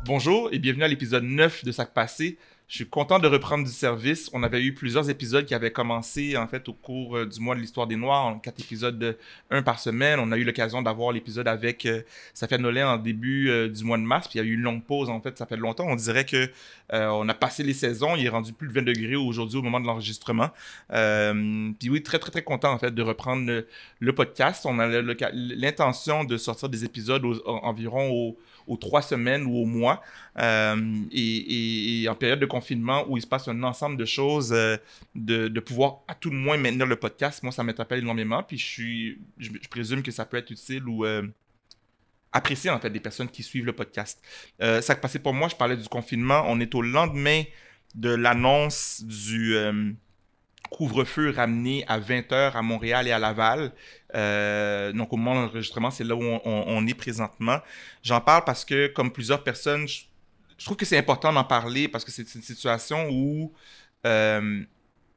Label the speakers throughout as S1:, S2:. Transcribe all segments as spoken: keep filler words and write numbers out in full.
S1: Bonjour et bienvenue à l'épisode neuf de Sac Passé. Je suis content de reprendre du service. On avait eu plusieurs épisodes qui avaient commencé en fait au cours euh, du mois de l'Histoire des Noirs, en quatre épisodes de un par semaine. On a eu l'occasion d'avoir l'épisode avec euh, Safia Nolin en début euh, du mois de mars, puis il y a eu une longue pause en fait, ça fait longtemps. On dirait que euh, on a passé les saisons, il est rendu plus de vingt degrés aujourd'hui au moment de l'enregistrement. Euh, puis oui, très très très content en fait de reprendre le, le podcast. On a le- le- l'intention de sortir des épisodes aux- environ au aux trois semaines ou au mois, euh, et, et, et en période de confinement où il se passe un ensemble de choses, euh, de, de pouvoir à tout le moins maintenir le podcast, moi ça m'interpelle énormément, puis je suis, je, je présume que ça peut être utile ou euh, apprécié en fait des personnes qui suivent le podcast. Euh, ça a passé pour moi, je parlais du confinement, on est au lendemain de l'annonce du... euh, couvre-feu ramené à vingt heures à Montréal et à Laval. Euh, donc, au moment de l'enregistrement, c'est là où on, on- on est présentement. J'en parle parce que, comme plusieurs personnes, je, je trouve que c'est important d'en parler parce que c'est une situation où euh,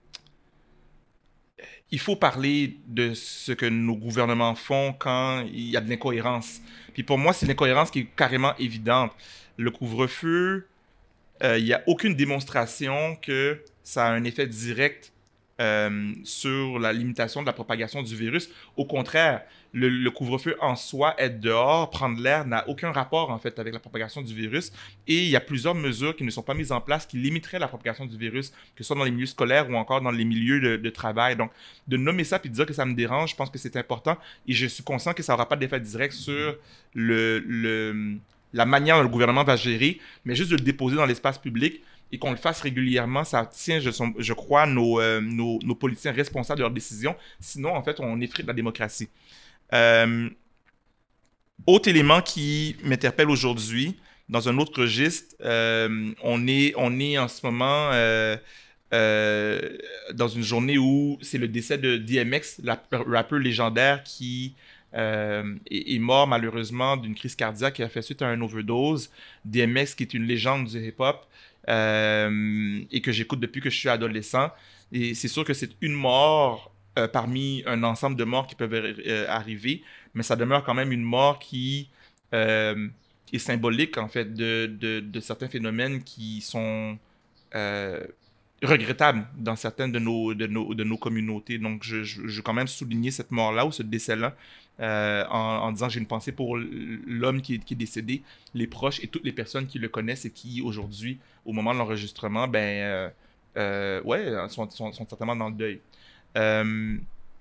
S1: il faut parler de ce que nos gouvernements font quand il y a de l'incohérence. Puis pour moi, c'est l'incohérence qui est carrément évidente. Le couvre-feu, euh, il n'y a aucune démonstration que ça a un effet direct euh, sur la limitation de la propagation du virus. Au contraire, le, le couvre-feu en soi, être dehors, prendre l'air, n'a aucun rapport en fait avec la propagation du virus. Et il y a plusieurs mesures qui ne sont pas mises en place qui limiteraient la propagation du virus, que ce soit dans les milieux scolaires ou encore dans les milieux de, de travail. Donc, de nommer ça puis de dire que ça me dérange, je pense que c'est important. Et je suis conscient que ça n'aura pas d'effet direct sur le, le, la manière dont le gouvernement va gérer, mais juste de le déposer dans l'espace public et qu'on le fasse régulièrement, ça tient, je, je crois, nos, euh, nos, nos politiciens responsables de leurs décisions. Sinon, en fait, on effrite la démocratie. Euh, autre élément qui m'interpelle aujourd'hui, dans un autre registre, euh, on, est, on est en ce moment euh, euh, dans une journée où c'est le décès de D M X, le rappeur légendaire qui euh, est, est mort malheureusement d'une crise cardiaque qui a fait suite à une overdose. D M X qui est une légende du hip-hop, euh, et que j'écoute depuis que je suis adolescent. Et c'est sûr que c'est une mort euh, parmi un ensemble de morts qui peuvent euh, arriver, mais ça demeure quand même une mort qui euh, est symbolique en fait de, de, de certains phénomènes qui sont euh, regrettables dans certaines de nos, de nos, de nos communautés. Donc, je, je, je veux quand même souligner cette mort-là ou ce décès-là euh, en, en disant que j'ai une pensée pour l'homme qui est, qui est décédé, les proches et toutes les personnes qui le connaissent et qui, aujourd'hui, au moment de l'enregistrement, ben, euh, euh, ouais, sont, sont, sont certainement dans le deuil. Euh,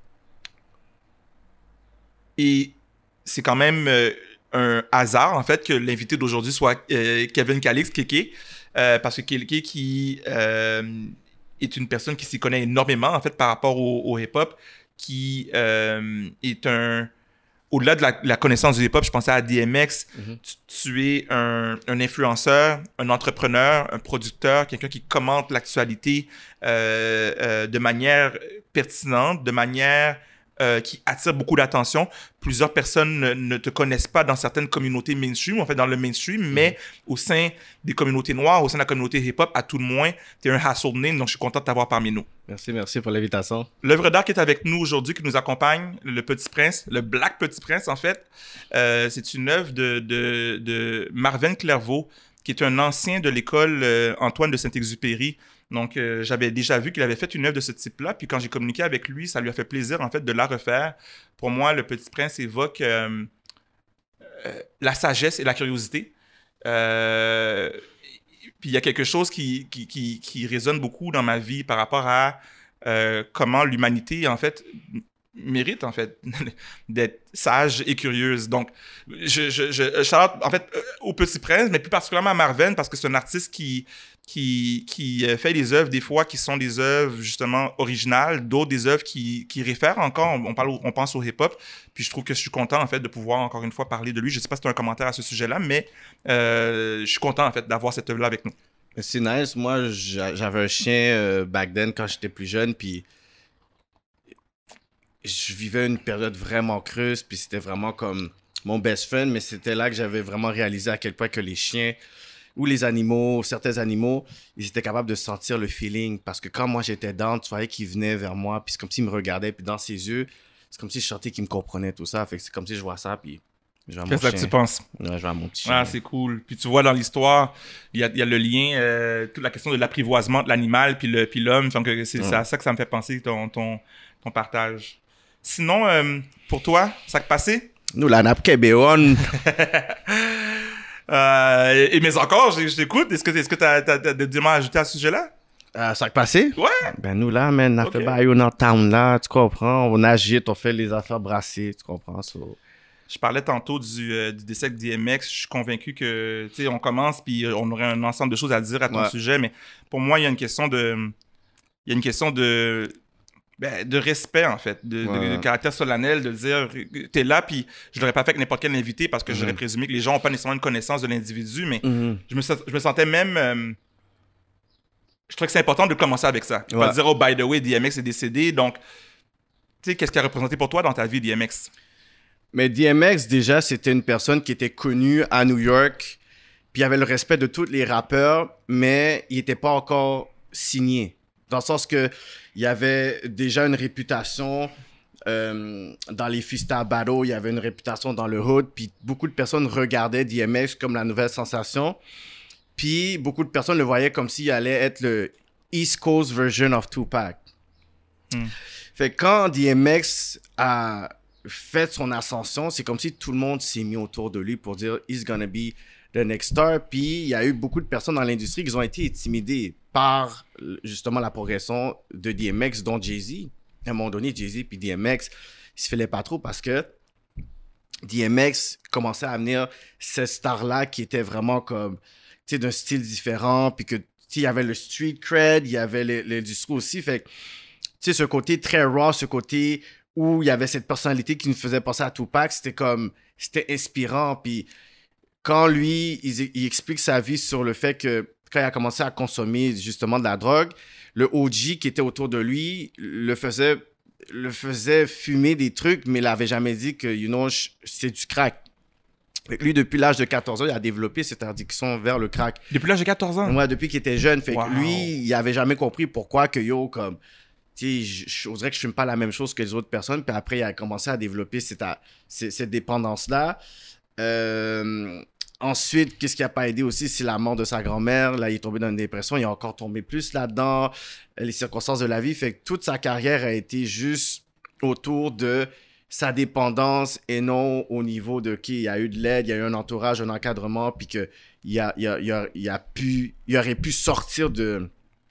S1: et c'est quand même euh, un hasard, en fait, que l'invité d'aujourd'hui soit euh, Kevin Calix, Kéké, euh, parce que Kéké qui euh, est une personne qui s'y connaît énormément, en fait, par rapport au, au hip-hop, qui euh, est un... Au-delà de la, la connaissance du hip-hop, je pensais à D M X.
S2: Mm-hmm.
S1: Tu, tu es un, un influenceur, un entrepreneur, un producteur, quelqu'un qui commente l'actualité euh, euh, de manière pertinente, de manière euh, qui attire beaucoup d'attention. Plusieurs personnes ne, ne te connaissent pas dans certaines communautés mainstream, en fait dans le mainstream, mm-hmm. mais au sein des communautés noires, au sein de la communauté hip-hop, à tout le moins, tu es un household name, donc je suis content de t'avoir parmi nous.
S2: Merci, merci pour l'invitation.
S1: L'œuvre d'art qui est avec nous aujourd'hui, qui nous accompagne, Le Petit Prince, le Black Petit Prince en fait, euh, c'est une œuvre de, de, de Marvin Clairvaux, qui est un ancien de l'école euh, Antoine de Saint-Exupéry. Donc, euh, j'avais déjà vu qu'il avait fait une œuvre de ce type-là, puis quand j'ai communiqué avec lui, ça lui a fait plaisir en fait de la refaire. Pour moi, Le Petit Prince évoque euh, euh, la sagesse et la curiosité. Euh, puis il y a quelque chose qui, qui, qui, qui résonne beaucoup dans ma vie par rapport à Euh, comment l'humanité, en fait, mérite, en fait, d'être sage et curieuse. Donc, je, je, je shout-out, en fait, au Petit Prince, mais plus particulièrement à Marvin, parce que c'est un artiste qui, qui, qui fait des œuvres, des fois, qui sont des œuvres, justement, originales, d'autres des œuvres qui, qui réfèrent encore, on, parle, on pense au hip-hop, puis je trouve que je suis content, en fait, de pouvoir, encore une fois, parler de lui. Je ne sais pas si tu as un commentaire à ce sujet-là, mais euh, je suis content, en fait, d'avoir cette œuvre-là avec nous.
S2: C'est nice. Moi, j'avais un chien euh, back then quand j'étais plus jeune, puis je vivais une période vraiment creuse, puis c'était vraiment comme mon best friend, mais c'était là que j'avais vraiment réalisé à quel point que les chiens ou les animaux, certains animaux, ils étaient capables de sentir le feeling, parce que quand moi j'étais down, tu voyais qu'il venait vers moi, puis c'est comme s'il me regardait, puis dans ses yeux, c'est comme si je sentais qu'il me comprenait, tout ça. Fait que c'est comme si je vois ça, puis Je vais à
S1: Qu'est-ce
S2: mon
S1: que
S2: chien.
S1: tu penses?
S2: Ouais, je vais à mon petit chien.
S1: Ah, c'est cool. Puis tu vois, dans l'histoire, il y a, il y a le lien, euh, toute la question de l'apprivoisement de l'animal puis, le, puis l'homme. Donc, euh, c'est,
S2: Ouais.
S1: c'est à ça que ça me fait penser, ton, ton, ton partage. Sinon, euh, pour toi, ça que passé?
S2: Nous, la nappe québécoise,
S1: euh, et, mais encore, je, je t'écoute. Est-ce que est-ce que tu as des éléments à ajouter à ce sujet-là?
S2: euh, ça passé?
S1: Ouais.
S2: Ben nous là, man, on a
S1: Ok.
S2: fait bail dans town là, tu comprends? On agite, on fait les affaires brassées, tu comprends? So...
S1: Je parlais tantôt du, euh, du décès de D M X. Je suis convaincu que, tu sais, on commence puis on aurait un ensemble de choses à dire à ton
S2: Ouais.
S1: sujet, mais pour moi, il y a une question de, il y a une question de, ben, de respect en fait, de, de-
S2: Ouais.
S1: de caractère solennel, de dire, t'es là puis je l'aurais pas fait avec n'importe quel invité parce que
S2: Mhm.
S1: j'aurais présumé que les gens ont pas nécessairement une connaissance de l'individu, mais
S2: Mhm.
S1: je me, sens- je me sentais même, euh, je trouvais que c'est important de commencer avec ça, pas
S2: Ouais.
S1: de dire oh by the way D M X est décédé, donc, tu sais, qu'est-ce qui a représenté pour toi dans ta vie D M X?
S2: Mais D M X, déjà, c'était une personne qui était connue à New York, puis il avait le respect de tous les rappeurs, mais il n'était pas encore signé. Dans le sens que il y avait déjà une réputation euh, dans les freestyle battles, il y avait une réputation dans le hood, puis beaucoup de personnes regardaient D M X comme la nouvelle sensation, puis beaucoup de personnes le voyaient comme s'il allait être le East Coast version of Tupac.
S1: Hmm.
S2: Fait que quand D M X a fait son ascension, c'est comme si tout le monde s'est mis autour de lui pour dire « He's gonna be the next star ». Puis il y a eu beaucoup de personnes dans l'industrie qui ont été intimidées par justement la progression de D M X, dont Jay-Z. À un moment donné, Jay-Z puis D M X, ils se filaient pas trop parce que D M X commençait à amener cette star-là qui était vraiment comme, tu sais, d'un style différent, puis que, tu sais, il y avait le street cred, il y avait le- l'industrie aussi, fait que, tu sais, ce côté très raw, ce côté où il y avait cette personnalité qui nous faisait penser à Tupac, c'était comme, c'était inspirant, puis quand lui, il, il explique sa vie sur le fait que quand il a commencé à consommer justement de la drogue, le O G qui était autour de lui le faisait, le faisait fumer des trucs, mais il n'avait jamais dit que, you know, c'est du crack. Fait que lui, depuis l'âge de quatorze ans, il a développé cette addiction vers le crack.
S1: Depuis l'âge de quatorze ans?
S2: Ouais, depuis qu'il était jeune. Fait
S1: Wow.
S2: que lui, il avait jamais compris pourquoi que yo, comme, tu sais, j'oserais que je fume pas la même chose que les autres personnes. Puis après, il a commencé à développer cette, cette, cette dépendance-là. Euh, ensuite, qu'est-ce qui a pas aidé aussi, c'est la mort de sa grand-mère. Là, il est tombé dans une dépression. Il est encore tombé plus là-dedans. Les circonstances de la vie. Fait que toute sa carrière a été juste autour de sa dépendance et non au niveau de qui il y a eu de l'aide, il y a eu un entourage, un encadrement, puis qu'il il a, il a, il a, il a pu, il aurait pu sortir de,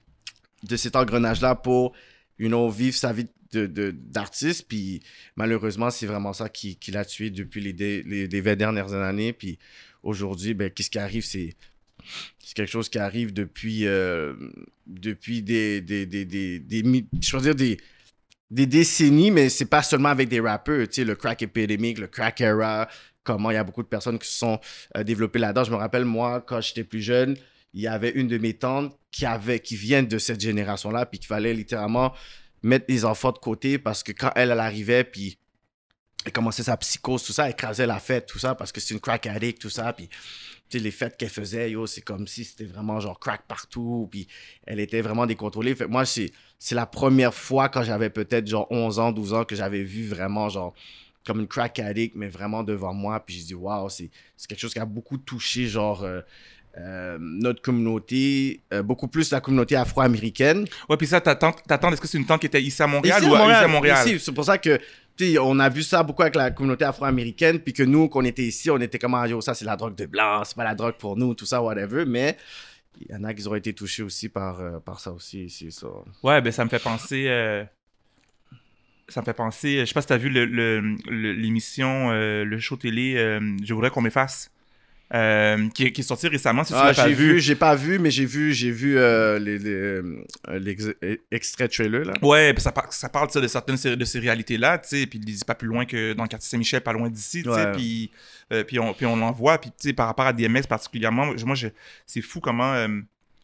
S2: de cet engrenage-là pour, you know, vivre sa vie de, de, d'artiste. Puis malheureusement, c'est vraiment ça qui, qui l'a tué depuis les, dé, les, les vingt dernières années. Puis aujourd'hui, ben, qu'est-ce qui arrive, c'est, c'est quelque chose qui arrive depuis, euh, depuis des, des, des, des, des, des je veux dire des des décennies, mais c'est pas seulement avec des rappeurs, tu sais, le crack epidemic, le crack era, comment il y a beaucoup de personnes qui se sont euh, développées là-dedans. Je me rappelle, moi, quand j'étais plus jeune, il y avait une de mes tantes qui, avait, qui vient de cette génération-là, puis qu'il fallait littéralement mettre les enfants de côté parce que quand elle, elle arrivait, puis elle commençait sa psychose, tout ça, elle écrasait la fête, tout ça, parce que c'est une crack addict, tout ça, puis tu sais, les fêtes qu'elle faisait, yo, c'est comme si c'était vraiment genre crack partout, puis elle était vraiment décontrôlée. Fait que moi, c'est, c'est la première fois quand j'avais peut-être genre onze ans, douze ans que j'avais vu vraiment genre comme une crack addict, mais vraiment devant moi. Puis j'ai dit, waouh, c'est, c'est quelque chose qui a beaucoup touché genre euh, euh, notre communauté, euh, beaucoup plus la communauté afro-américaine.
S1: Ouais, puis ça, ta tante, ta tante, est-ce que c'est une tante qui était ici à Montréal
S2: Ici,
S1: ou
S2: à Montréal,
S1: ici à Montréal?
S2: Ici, c'est pour ça que t'sais, on a vu ça beaucoup avec la communauté afro-américaine, puis que nous, qu'on était ici, on était comme, ah, yo, ça, c'est la drogue de blanc, c'est pas la drogue pour nous, tout ça, whatever. Mais il y en a qui ont été touchés aussi par, euh, par ça aussi, ici, ça.
S1: Ouais, ben ça me fait penser... euh, Ça me fait penser... Je sais pas si t'as vu le, le, le- l'émission, euh, le show télé euh, Je voudrais qu'on m'efface, euh, qui, est- qui est sorti récemment, si tu
S2: Ah,
S1: l'as pas
S2: j'ai
S1: vu.
S2: vu, j'ai pas vu, mais j'ai vu, j'ai vu euh, les, les, euh, l'ex- extrait trailer, là.
S1: Ouais, puis ça, par- ça parle tu sais, de certaines sé- de ces réalités-là, tu sais, puis ils disent pas plus loin que dans le quartier Saint-Michel, pas loin d'ici, tu sais,
S2: Ouais.
S1: puis, euh, puis on, puis on l'envoie, puis tu sais, par rapport à D M X particulièrement, moi, je, c'est fou comment... euh,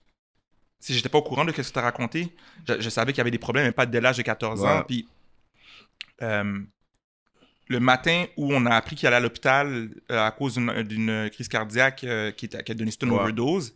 S1: si j'étais pas au courant de ce que tu as raconté, je, je savais qu'il y avait des problèmes, mais pas dès l'âge de quatorze ans,
S2: Ouais.
S1: puis euh, le matin où on a appris qu'il allait à l'hôpital euh, à cause d'une, d'une crise cardiaque euh, qui, était, qui a donné suite à une
S2: Ouais.
S1: overdose,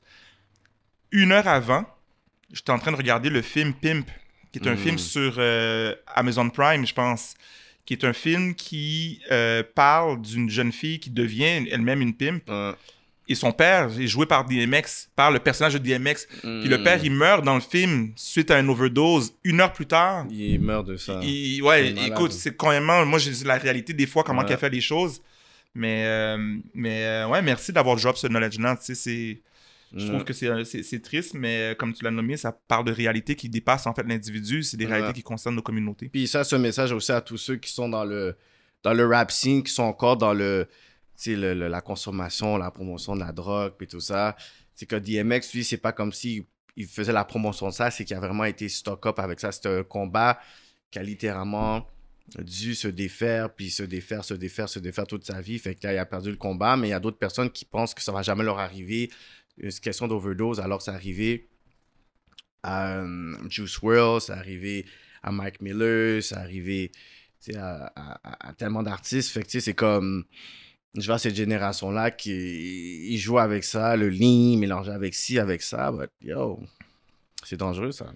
S1: une heure avant, j'étais en train de regarder le film Pimp, qui est un
S2: Mm.
S1: film sur euh, Amazon Prime, je pense, qui est un film qui euh, parle d'une jeune fille qui devient elle-même une pimp.
S2: Ouais.
S1: Et son père est joué par D M X, par le personnage de D M X.
S2: Mm.
S1: Puis le père, il meurt dans le film suite à une overdose. Une heure plus tard,
S2: Il meurt de ça.
S1: il, ouais,
S2: C'est
S1: écoute, c'est quand même... Moi, j'ai la réalité des fois, comment
S2: Ouais.
S1: qu'elle fait les choses. Mais, euh, mais euh, ouais, merci d'avoir drop ce knowledge-là. Tu sais, c'est... Je
S2: Mm.
S1: trouve que c'est, c'est, c'est triste, mais comme tu l'as nommé, ça parle de réalités qui dépassent en fait l'individu. C'est des
S2: Ouais.
S1: réalités qui concernent nos communautés.
S2: Puis ça, c'est un message aussi à tous ceux qui sont dans le, dans le rap scene, qui sont encore dans le, tu sais, le, le- la consommation, la promotion de la drogue, puis tout ça. C'est que D M X, lui, c'est pas comme si il faisait la promotion de ça, c'est qu'il a vraiment été stock-up avec ça. C'était un combat qui a littéralement dû se défaire, puis se défaire, se défaire, se défaire toute sa vie. Fait que là, il a perdu le combat, mais il y a d'autres personnes qui pensent que ça va jamais leur arriver. Une question d'overdose, alors que c'est arrivé à euh, Juice world, c'est arrivé à Mike Miller, c'est arrivé tu sais, à, à- à- à tellement d'artistes. Fait que tu sais, c'est comme, je vois cette génération-là qui ils jouent avec ça, le lean, mélangé avec ci, avec ça. But yo, c'est dangereux ça.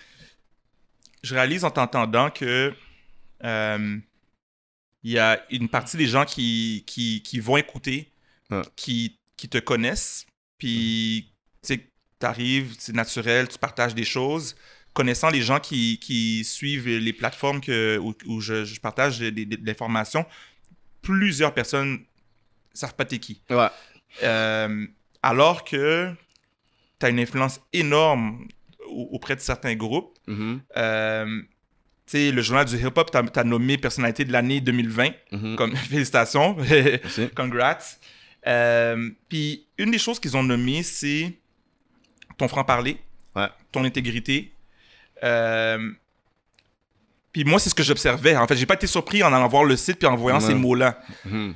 S1: Je réalise en t'entendant que euh, il y a une partie des gens qui, qui, qui vont écouter,
S2: Ouais.
S1: qui, qui te connaissent, puis tu sais, t'arrives, c'est naturel, tu partages des choses. Connaissant les gens qui, qui suivent les plateformes que, où, où je, je partage de, de- de l'information, plusieurs personnes savent pas t'es qui.
S2: Ouais.
S1: Euh, alors que tu as une influence énorme au- auprès de certains groupes.
S2: Mhm,
S1: Euh, tu sais, le journal du hip-hop, tu as nommé personnalité de l'année deux mille vingt.
S2: mhm.
S1: Comme, félicitations.
S2: Merci.
S1: Congrats. Euh, Puis, une des choses qu'ils ont nommées, c'est ton franc-parler,
S2: Ouais.
S1: ton intégrité. Euh, Puis moi, c'est ce que j'observais. En fait, j'ai pas été surpris en allant voir le site puis en voyant
S2: Ouais.
S1: ces mots-là.
S2: Mhm.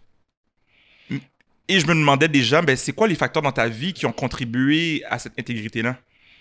S1: Et je me demandais déjà, ben, c'est quoi les facteurs dans ta vie qui ont contribué à cette intégrité-là?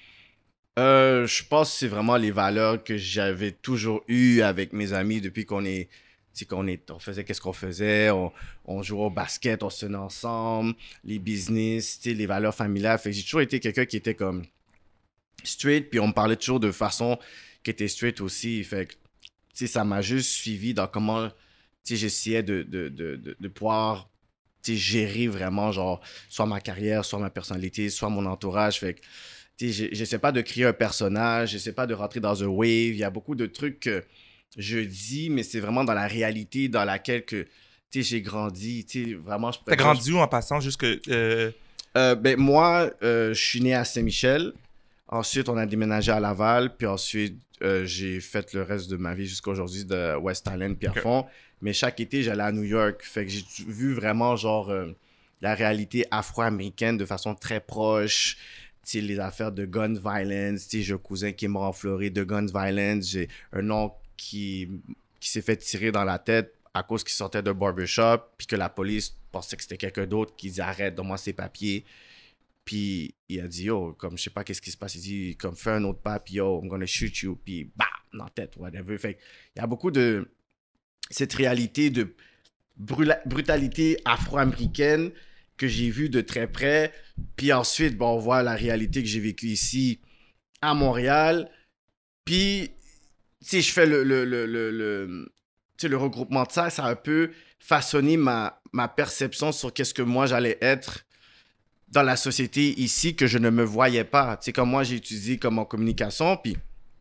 S2: Euh, je pense que c'est vraiment les valeurs que j'avais toujours eues avec mes amis depuis qu'on est, tu sais, qu'on est, on faisait qu'est-ce qu'on faisait, on, on jouait au basket, on se tenait ensemble, les business, tu sais, les valeurs familiales. Fait que j'ai toujours été quelqu'un qui était comme straight, puis on me parlait toujours de façon qui était straight aussi. Fait que, tu sais, ça m'a juste suivi dans comment, tu sais, j'essayais de, de, de, de, de pouvoir, tu sais, gérer vraiment, genre, soit ma carrière, soit ma personnalité, soit mon entourage. Fait que, tu sais, je n'essaie pas de créer un personnage, je n'essaie pas de rentrer dans un wave. Il y a beaucoup de trucs que je dis, mais c'est vraiment dans la réalité dans laquelle que, tu sais, j'ai grandi. Tu sais, vraiment, je
S1: T'as
S2: pourrais dire-
S1: grandi où en passant jusque... euh,
S2: Euh, ben, moi, euh, je suis né à Saint-Michel. Ensuite, on a déménagé à Laval. Puis ensuite, euh, j'ai fait le reste de ma vie jusqu'à aujourd'hui de West Island, Pierrefonds. Mais chaque été, j'allais à New York. Fait que j'ai tu- vu vraiment, genre, euh, la réalité afro-américaine de façon très proche. Tu sais, les affaires de gun violence. Tu sais, j'ai un cousin qui est mort en Floride de gun violence. J'ai un oncle qui, qui s'est fait tirer dans la tête à cause qu'il sortait d'un barbershop, puis que la police pensait que c'était quelqu'un d'autre, qu'ils arrêtent, donne-moi ses papiers. Puis il a dit, yo, comme je sais pas qu'est-ce qui se passe, il dit, comme fais un autre pas, puis yo, I'm gonna shoot you, puis bam, dans la tête, whatever. Fait il y a beaucoup de cette réalité de brula- brutalité afro-américaine que j'ai vue de très près. Puis ensuite, bon, on voit la réalité que j'ai vécue ici à Montréal. Puis, tu sais, je fais le, le, le, le, le- tu sais, le regroupement de ça, ça a un peu façonné ma, ma perception sur qu'est-ce que moi j'allais être dans la société ici que je ne me voyais pas. Tu sais, comme moi, j'ai étudié comme en communication, puis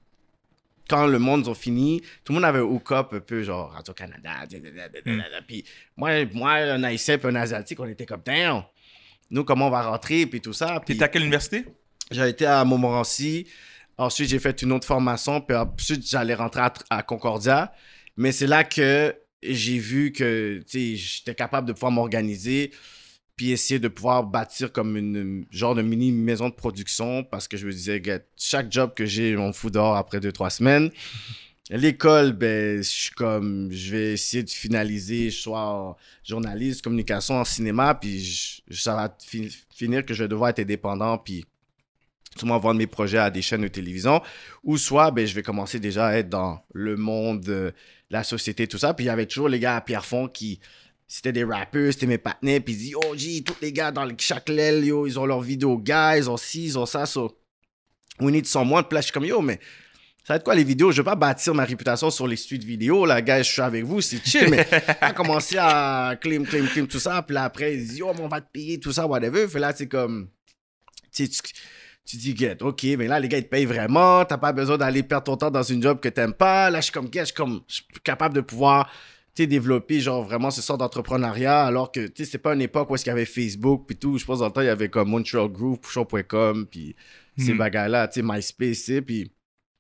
S2: quand le monde ont fini, tout le monde avait un hook-up un peu, genre Radio-Canada, puis moi, moi, un Haïtien puis un Asiatique, on était comme, damn, nous, comment on va rentrer, puis tout ça. Puis
S1: T'étais à quelle université?
S2: j'ai été à Montmorency. Ensuite, j'ai fait une autre formation. Puis ensuite, j'allais rentrer à, à Concordia. Mais c'est là que j'ai vu que tu sais, j'étais capable de pouvoir m'organiser puis essayer de pouvoir bâtir comme une genre de mini maison de production parce que je me disais, gars, chaque job que j'ai, on me fout dehors après deux, trois semaines. L'école, ben, je suis comme, je vais essayer de finaliser, soit en journaliste, communication, en cinéma, puis je- ça va fi- finir que je vais devoir être indépendant, puis sûrement vendre mes projets à des chaînes de télévision, ou soit, ben, je vais commencer déjà à être dans le monde, euh, la société, tout ça. Puis il y avait toujours les gars à Pierrefonds qui, c'était des rappeurs, c'était mes partenaires, puis ils disent, oh, G, tous les gars dans le- chaque l'aile, yo, ils ont leur vidéo, gars, ils ont ci, ils ont ça, so, we need someone. Puis là, je suis comme, yo, mais Ça va être quoi les vidéos? Je veux pas bâtir ma réputation sur les street vidéos. Là, gars, je suis avec vous, c'est chill. Mais à commencer à claim, claim, claim, tout ça. Puis là, après, ils disent, oh, on va te payer, tout ça, whatever. Fait là, c'est comme. Tu, tu, tu dis, get, ok, mais là, les gars, ils te payent vraiment. T'as pas besoin d'aller perdre ton temps dans une job que t'aimes pas. Là, je suis comme, get, je suis comme, je suis capable de pouvoir, tu sais, développer, genre, vraiment ce sort d'entrepreneuriat. Alors que, tu sais, c'est pas une époque où est-ce qu'il y avait Facebook, puis tout. Je pense, dans le temps, il y avait comme Montreal Groove, Pushon point com, puis mm. ces bagages-là, tu sais, MySpace, tu sais, puis.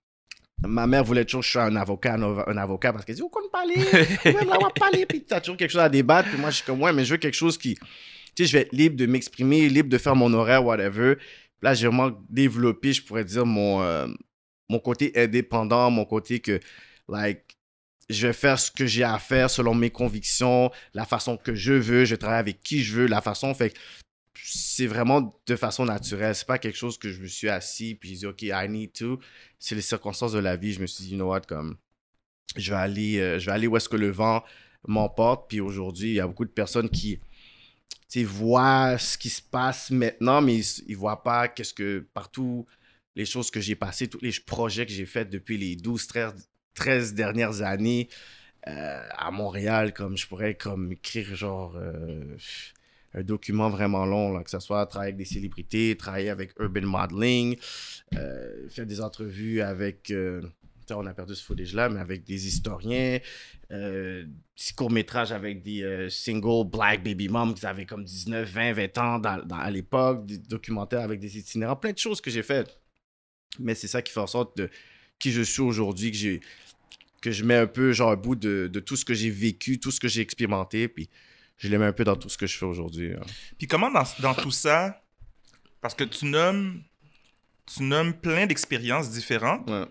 S2: Ma mère voulait toujours que je sois un avocat, un avocat parce qu'elle dit, oh, qu'on parler, on va parler, puis tu as toujours quelque chose à débattre. Puis moi, je suis comme, ouais, mais je veux quelque chose qui, tu sais, je vais être libre de m'exprimer, libre de faire mon horaire, whatever. Puis là, j'ai vraiment développé, je pourrais dire, mon, euh, mon côté indépendant, mon côté que, like, je vais faire ce que j'ai à faire selon mes convictions, la façon que je veux, je vais travailler avec qui je veux, la façon, fait que c'est vraiment de façon naturelle. C'est pas quelque chose que je me suis assis puis j'ai dit, OK, I need to. C'est les circonstances de la vie. Je me suis dit, you know what, comme, je vais aller, euh, je vais aller où est-ce que le vent m'emporte. Puis aujourd'hui, il y a beaucoup de personnes qui, tu sais, voient ce qui se passe maintenant, mais ils, ils voient pas qu'est-ce que, partout, les choses que j'ai passées, tous les projets que j'ai faits depuis les douze, treize dernières années euh, à Montréal, comme je pourrais comme écrire genre... Euh, un document vraiment long, là, que ce soit travailler avec des célébrités, travailler avec Urban Modeling, euh, faire des entrevues avec, euh, on a perdu ce footage-là, mais avec des historiens, euh, petits courts-métrages avec des euh, single black baby moms qui avaient comme dix-neuf, vingt, vingt ans dans, dans, à l'époque, des documentaires avec des itinérants, plein de choses que j'ai faites. Mais c'est ça qui fait en sorte de qui je suis aujourd'hui, que, j'ai, que je mets un peu genre un bout de, de tout ce que j'ai vécu, tout ce que j'ai expérimenté, puis je les mets un peu dans tout ce que je fais aujourd'hui. Hein.
S1: Puis comment dans, dans tout ça, parce que tu nommes, tu nommes plein d'expériences différentes
S2: ouais.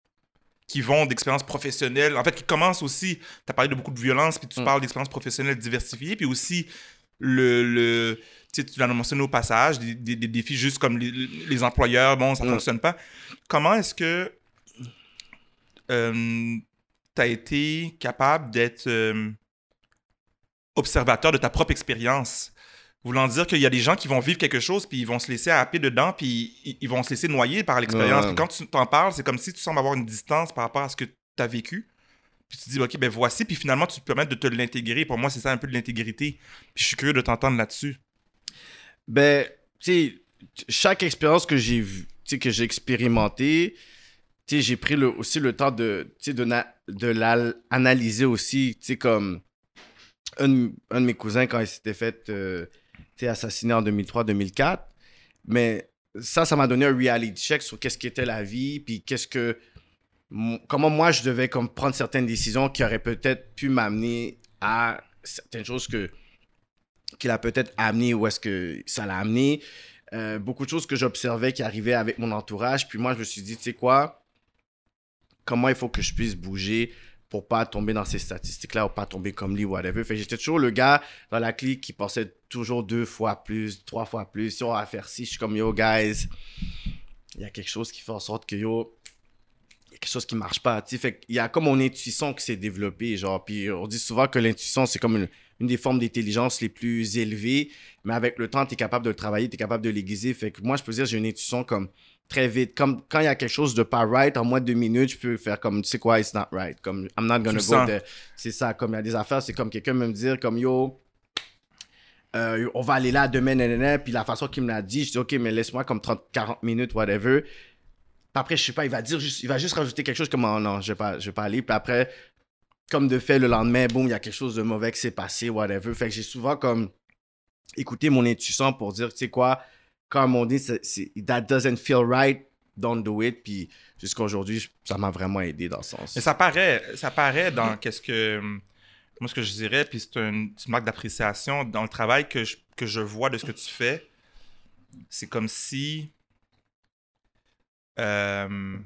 S1: qui vont d'expériences professionnelles, en fait, qui commencent aussi, tu as parlé de beaucoup de violence, puis tu mm. parles d'expériences professionnelles diversifiées, puis aussi le... le tu sais, tu l'as mentionné au passage, des, des, des défis juste comme les, les employeurs, bon, ça ne mm. fonctionne pas. Comment est-ce que euh, tu as été capable d'être... Euh, observateur de ta propre expérience. Voulant dire qu'il y a des gens qui vont vivre quelque chose, puis ils vont se laisser happer dedans, puis ils, ils vont se laisser noyer par l'expérience. Ouais. Puis quand tu t'en parles, c'est comme si tu sembles avoir une distance par rapport à ce que tu as vécu. Puis tu te dis, OK, ben voici, puis finalement, tu te permets de te l'intégrer. Pour moi, c'est ça un peu de l'intégrité. Puis je suis curieux de t'entendre là-dessus.
S2: Ben, tu sais, chaque expérience que j'ai vue, tu sais, que j'ai expérimentée, tu sais, j'ai pris le, aussi le temps de, tu sais, de, na- de l'analyser aussi, tu sais, comme... Un, un de mes cousins, quand il s'était fait euh, assassiner en deux mille trois deux mille quatre, mais ça, ça m'a donné un reality check sur qu'est-ce qu'était la vie, puis qu'est-ce que... M- comment moi, je devais comme, prendre certaines décisions qui auraient peut-être pu m'amener à certaines choses que qu'il a peut-être amené où est-ce que ça l'a amené. Euh, beaucoup de choses que j'observais qui arrivaient avec mon entourage, puis moi, je me suis dit, tu sais quoi, comment il faut que je puisse bouger pour pas tomber dans ces statistiques-là ou pas tomber comme lui, whatever. Fait que j'étais toujours le gars dans la clique qui pensait toujours deux fois plus, trois fois plus. Si on va faire ci, je suis comme, yo, guys, il y a quelque chose qui fait en sorte que, yo, il y a quelque chose qui marche pas. T'sais. Fait qu'il y a comme mon intuition qui s'est développée, genre. Puis on dit souvent que l'intuition, c'est comme une, une des formes d'intelligence les plus élevées, mais avec le temps, tu es capable de le travailler, tu es capable de l'aiguiser. Fait que moi, je peux dire, j'ai une intuition comme... très vite. Comme quand il y a quelque chose de pas right, en moins de deux minutes, je peux faire comme, tu sais quoi, it's not right. Comme, I'm not gonna go there. C'est ça. Comme il y a des affaires, c'est comme quelqu'un me dire, comme, yo, euh, on va aller là demain, nanana. Puis la façon qu'il me l'a dit, je dis, OK, mais laisse-moi comme trente, quarante minutes, whatever. Puis après, je sais pas, il va dire juste, il va juste rajouter quelque chose comme, oh, non, je vais pas, je vais pas aller. Puis après, comme de fait, le lendemain, boum, il y a quelque chose de mauvais qui s'est passé, whatever. Fait que j'ai souvent comme écouté mon intuition pour dire, tu sais quoi, comme on dit, c'est, c'est, that doesn't feel right, don't do it. Puis jusqu'à aujourd'hui, ça m'a vraiment aidé dans ce sens.
S1: Mais ça paraît, ça paraît dans qu'est-ce que... Moi, ce que je dirais, puis c'est une, c'est une marque d'appréciation dans le travail que je, que je vois de ce que tu fais. C'est comme si... Euh,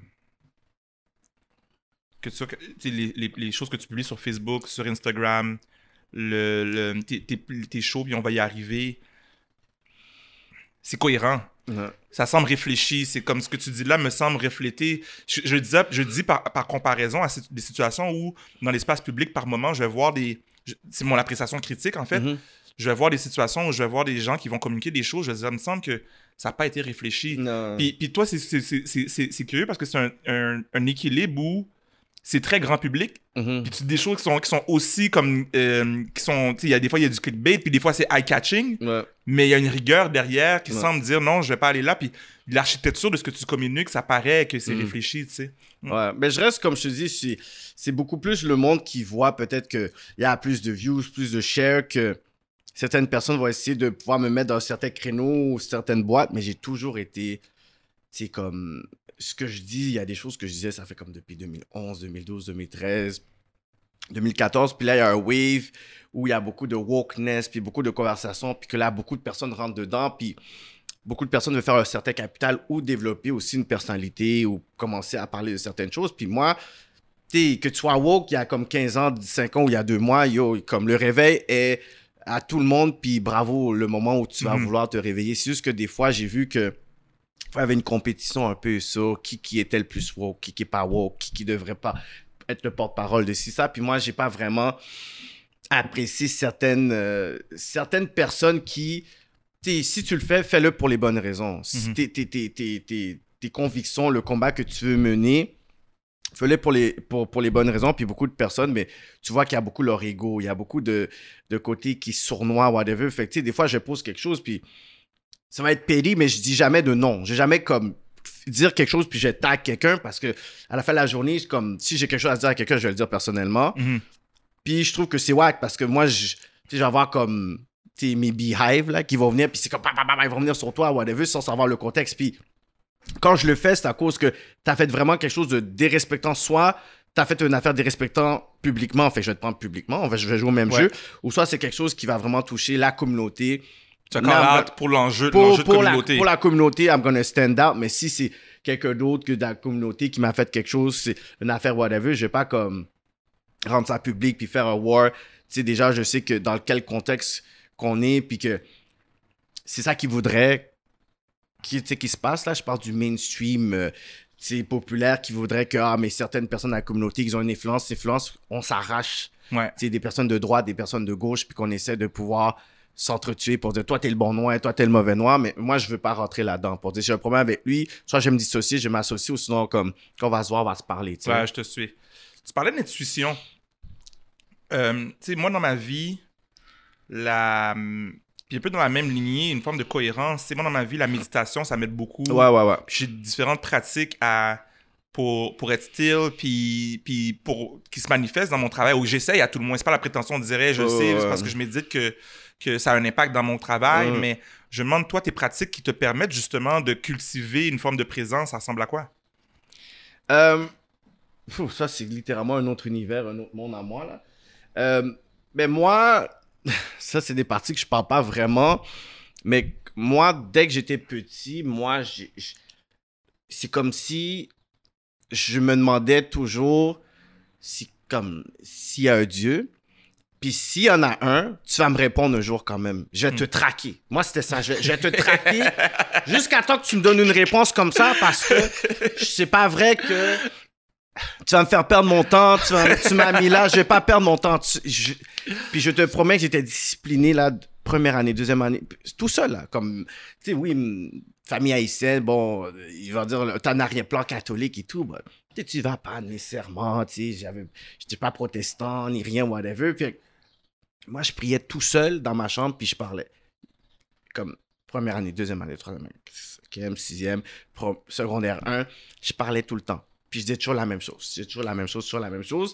S1: que tu, les, les, les choses que tu publies sur Facebook, sur Instagram, le, le, tes, tes, tes shows, puis on va y arriver... C'est cohérent. Mm-hmm. Ça semble réfléchi. C'est comme ce que tu dis là me semble refléter. Je, je, dis, je dis par, par comparaison à des situations où, dans l'espace public, par moment, je vais voir des... Je, c'est mon appréciation critique, en fait. Mm-hmm. Je vais voir des situations où je vais voir des gens qui vont communiquer des choses. Je vais dire, il me semble que ça n'a pas été réfléchi.
S2: Non.
S1: Puis, puis toi, c'est, c'est, c'est, c'est, c'est, c'est curieux parce que c'est un, un, un équilibre où c'est très grand public.
S2: Mm-hmm.
S1: Puis tu dis des choses qui sont, qui sont aussi comme... Euh, qui sont, tu sais, il y a des fois, il y a du clickbait, puis des fois, c'est eye-catching.
S2: Ouais.
S1: Mais il y a une rigueur derrière qui
S2: Ouais.
S1: semble dire, non, je vais pas aller là. Puis l'architecture de ce que tu communiques, ça paraît que c'est
S2: Mm.
S1: réfléchi, tu sais. Mm.
S2: Ouais, mais je reste, comme je te dis, c'est, c'est beaucoup plus le monde qui voit peut-être qu'il y a plus de views, plus de shares, que certaines personnes vont essayer de pouvoir me mettre dans certains créneaux ou certaines boîtes, mais j'ai toujours été, tu sais, comme, ce que je dis, il y a des choses que je disais, ça fait comme depuis deux mille onze, deux mille douze, deux mille treize, deux mille quatorze, puis là, il y a un wave où il y a beaucoup de wokeness, puis beaucoup de conversations, puis que là, beaucoup de personnes rentrent dedans, puis beaucoup de personnes veulent faire un certain capital ou développer aussi une personnalité ou commencer à parler de certaines choses. Puis moi, tu sais, que tu sois woke il y a comme quinze ans, dix-cinq ans ou il y a deux mois, yo, comme le réveil est à tout le monde, puis bravo le moment où tu vas
S1: Mhm.
S2: vouloir te réveiller. C'est juste que des fois, j'ai vu que il y avait une compétition un peu sur qui, qui était le plus woke, qui qui est pas woke, qui qui devrait pas être le porte-parole de ci, ça. Puis moi, j'ai pas vraiment apprécié certaines, euh, certaines personnes qui... T'sais, si tu le fais, fais-le pour les bonnes raisons. Si
S1: Mhm.
S2: tes, tes, tes, tes, tes, tes convictions, le combat que tu veux mener, fais-le pour les, pour, pour les bonnes raisons. Puis beaucoup de personnes, mais tu vois qu'il y a beaucoup leur ego, il y a beaucoup de, de côtés qui sournoient, whatever. Fait que, tu sais, des fois, je pose quelque chose, puis ça va être péri, mais je dis jamais de non. J'ai jamais comme dire quelque chose, puis je tag quelqu'un, parce que à la fin de la journée, c'est comme si j'ai quelque chose à dire à quelqu'un, je vais le dire personnellement.
S1: Mhm.
S2: Puis je trouve que c'est wack, parce que moi, je, tu sais, je vais avoir comme... T'sais, mes beehives là, qui vont venir, puis c'est comme, bah, bah, bah, ils vont venir sur toi, whatever, sans savoir le contexte. Puis quand je le fais, c'est à cause que t'as fait vraiment quelque chose de dérespectant. Soit t'as fait une affaire dérespectant publiquement, fait que je vais te prendre publiquement, en fait, je vais jouer au même
S1: Ouais.
S2: jeu. Ou soit c'est quelque chose qui va vraiment toucher la communauté.
S1: Tu as
S2: Non,
S1: call out
S2: mais-
S1: pour l'enjeu,
S2: Pour,
S1: l'enjeu de
S2: pour, la,
S1: communauté.
S2: pour la communauté, I'm gonna stand out. Mais si c'est quelqu'un d'autre que de la communauté qui m'a fait quelque chose, c'est une affaire whatever, je vais pas comme rendre ça public puis faire un war. Tu sais, déjà, je sais que dans quel contexte qu'on est, puis que c'est ça qu'ils voudraient qui, tu sais, qui se passe là. Je parle du mainstream euh, c'est populaire qui voudrait que ah, mais certaines personnes de la communauté qui ont une influence, influence, on s'arrache.
S1: Ouais.
S2: Tu sais, des personnes de droite, des personnes de gauche, puis qu'on essaie de pouvoir s'entretuer pour dire toi t'es le bon noir, toi t'es le mauvais noir, mais moi je veux pas rentrer là-dedans pour dire j'ai un problème avec lui, soit je vais me dissocier, je vais m'associer, ou sinon comme quand on va se voir, on va se parler. Tu sais.
S1: Ouais, je te suis. Tu parlais d'intuition. Euh, tu sais, moi, dans ma vie, la... Puis un peu dans la même lignée, une forme de cohérence. Tu sais, moi, dans ma vie, la méditation, ça m'aide beaucoup.
S2: Ouais, ouais, ouais.
S1: J'ai différentes pratiques à... pour, pour être still, puis, puis pour... qui se manifestent dans mon travail, ou j'essaye à tout le moins. C'est pas la prétention de dire, hey, je
S2: Ouais,
S1: sais,
S2: ouais.
S1: c'est parce que je médite que, que ça a un impact dans mon travail,
S2: Ouais.
S1: mais je me demande, toi, tes pratiques qui te permettent justement de cultiver une forme de présence, ça ressemble à quoi?
S2: Euh, pfff, ça, c'est littéralement un autre univers, un autre monde à moi, là. Euh, mais moi, ça, c'est des parties que je parle pas vraiment. Mais moi, dès que j'étais petit, moi, j'ai- j'- c'est comme si je me demandais toujours si, comme, s'il y a un Dieu. Puis s'il y en a un, tu vas me répondre un jour quand même. Je vais te traquer. Moi, c'était ça. Je vais, je vais te traquer jusqu'à temps que tu me donnes une réponse comme ça parce que c'est pas vrai que tu vas me faire perdre mon temps. Tu, vas- tu m'as mis là, je vais pas perdre mon temps. Tu- je- puis je te promets que j'étais discipliné là, première année, deuxième année, tout seul là. Comme, tu sais, oui, hum, famille haïtienne, bon, euh, il va dire, t'as un arrière-plan catholique et tout. bah, tu sais, tu vas pas nécessairement, tu sais, j'avais, j'étais pas protestant ni rien, whatever. Puis, moi, je priais tout seul dans ma chambre, puis je parlais. Comme première année, deuxième année, troisième année, cinquième, sixième, pro- secondaire un, je parlais tout le temps. Puis je disais toujours la même chose. Je disais toujours la même chose, toujours la même chose.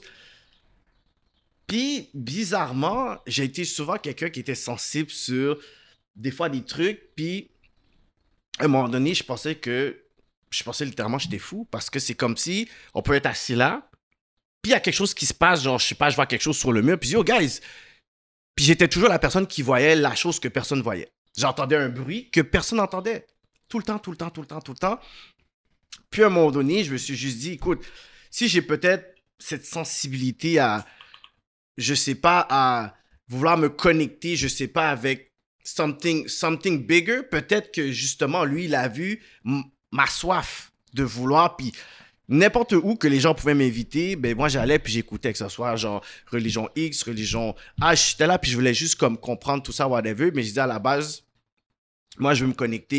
S2: Puis, bizarrement, j'ai été souvent quelqu'un qui était sensible sur des fois des trucs. Puis, à un moment donné, je pensais que. Je pensais littéralement que j'étais fou parce que c'est comme si on peut être assis là, puis il y a quelque chose qui se passe, genre, je sais pas, je vois quelque chose sur le mur, puis je dis, oh, guys. Puis j'étais toujours la personne qui voyait la chose que personne voyait. J'entendais un bruit que personne n'entendait. Tout le temps, tout le temps, tout le temps, tout le temps. Puis à un moment donné, je me suis juste dit, écoute, si j'ai peut-être cette sensibilité à, je sais pas, à vouloir me connecter, je sais pas, avec something, something bigger, peut-être que justement, lui, il a vu m- ma soif de vouloir, puis n'importe où que les gens pouvaient m'inviter, ben moi j'allais puis j'écoutais, que ce soit genre religion X, religion A, j'étais là puis je voulais juste comme comprendre tout ça, whatever, mais je disais à la base, moi je veux me connecter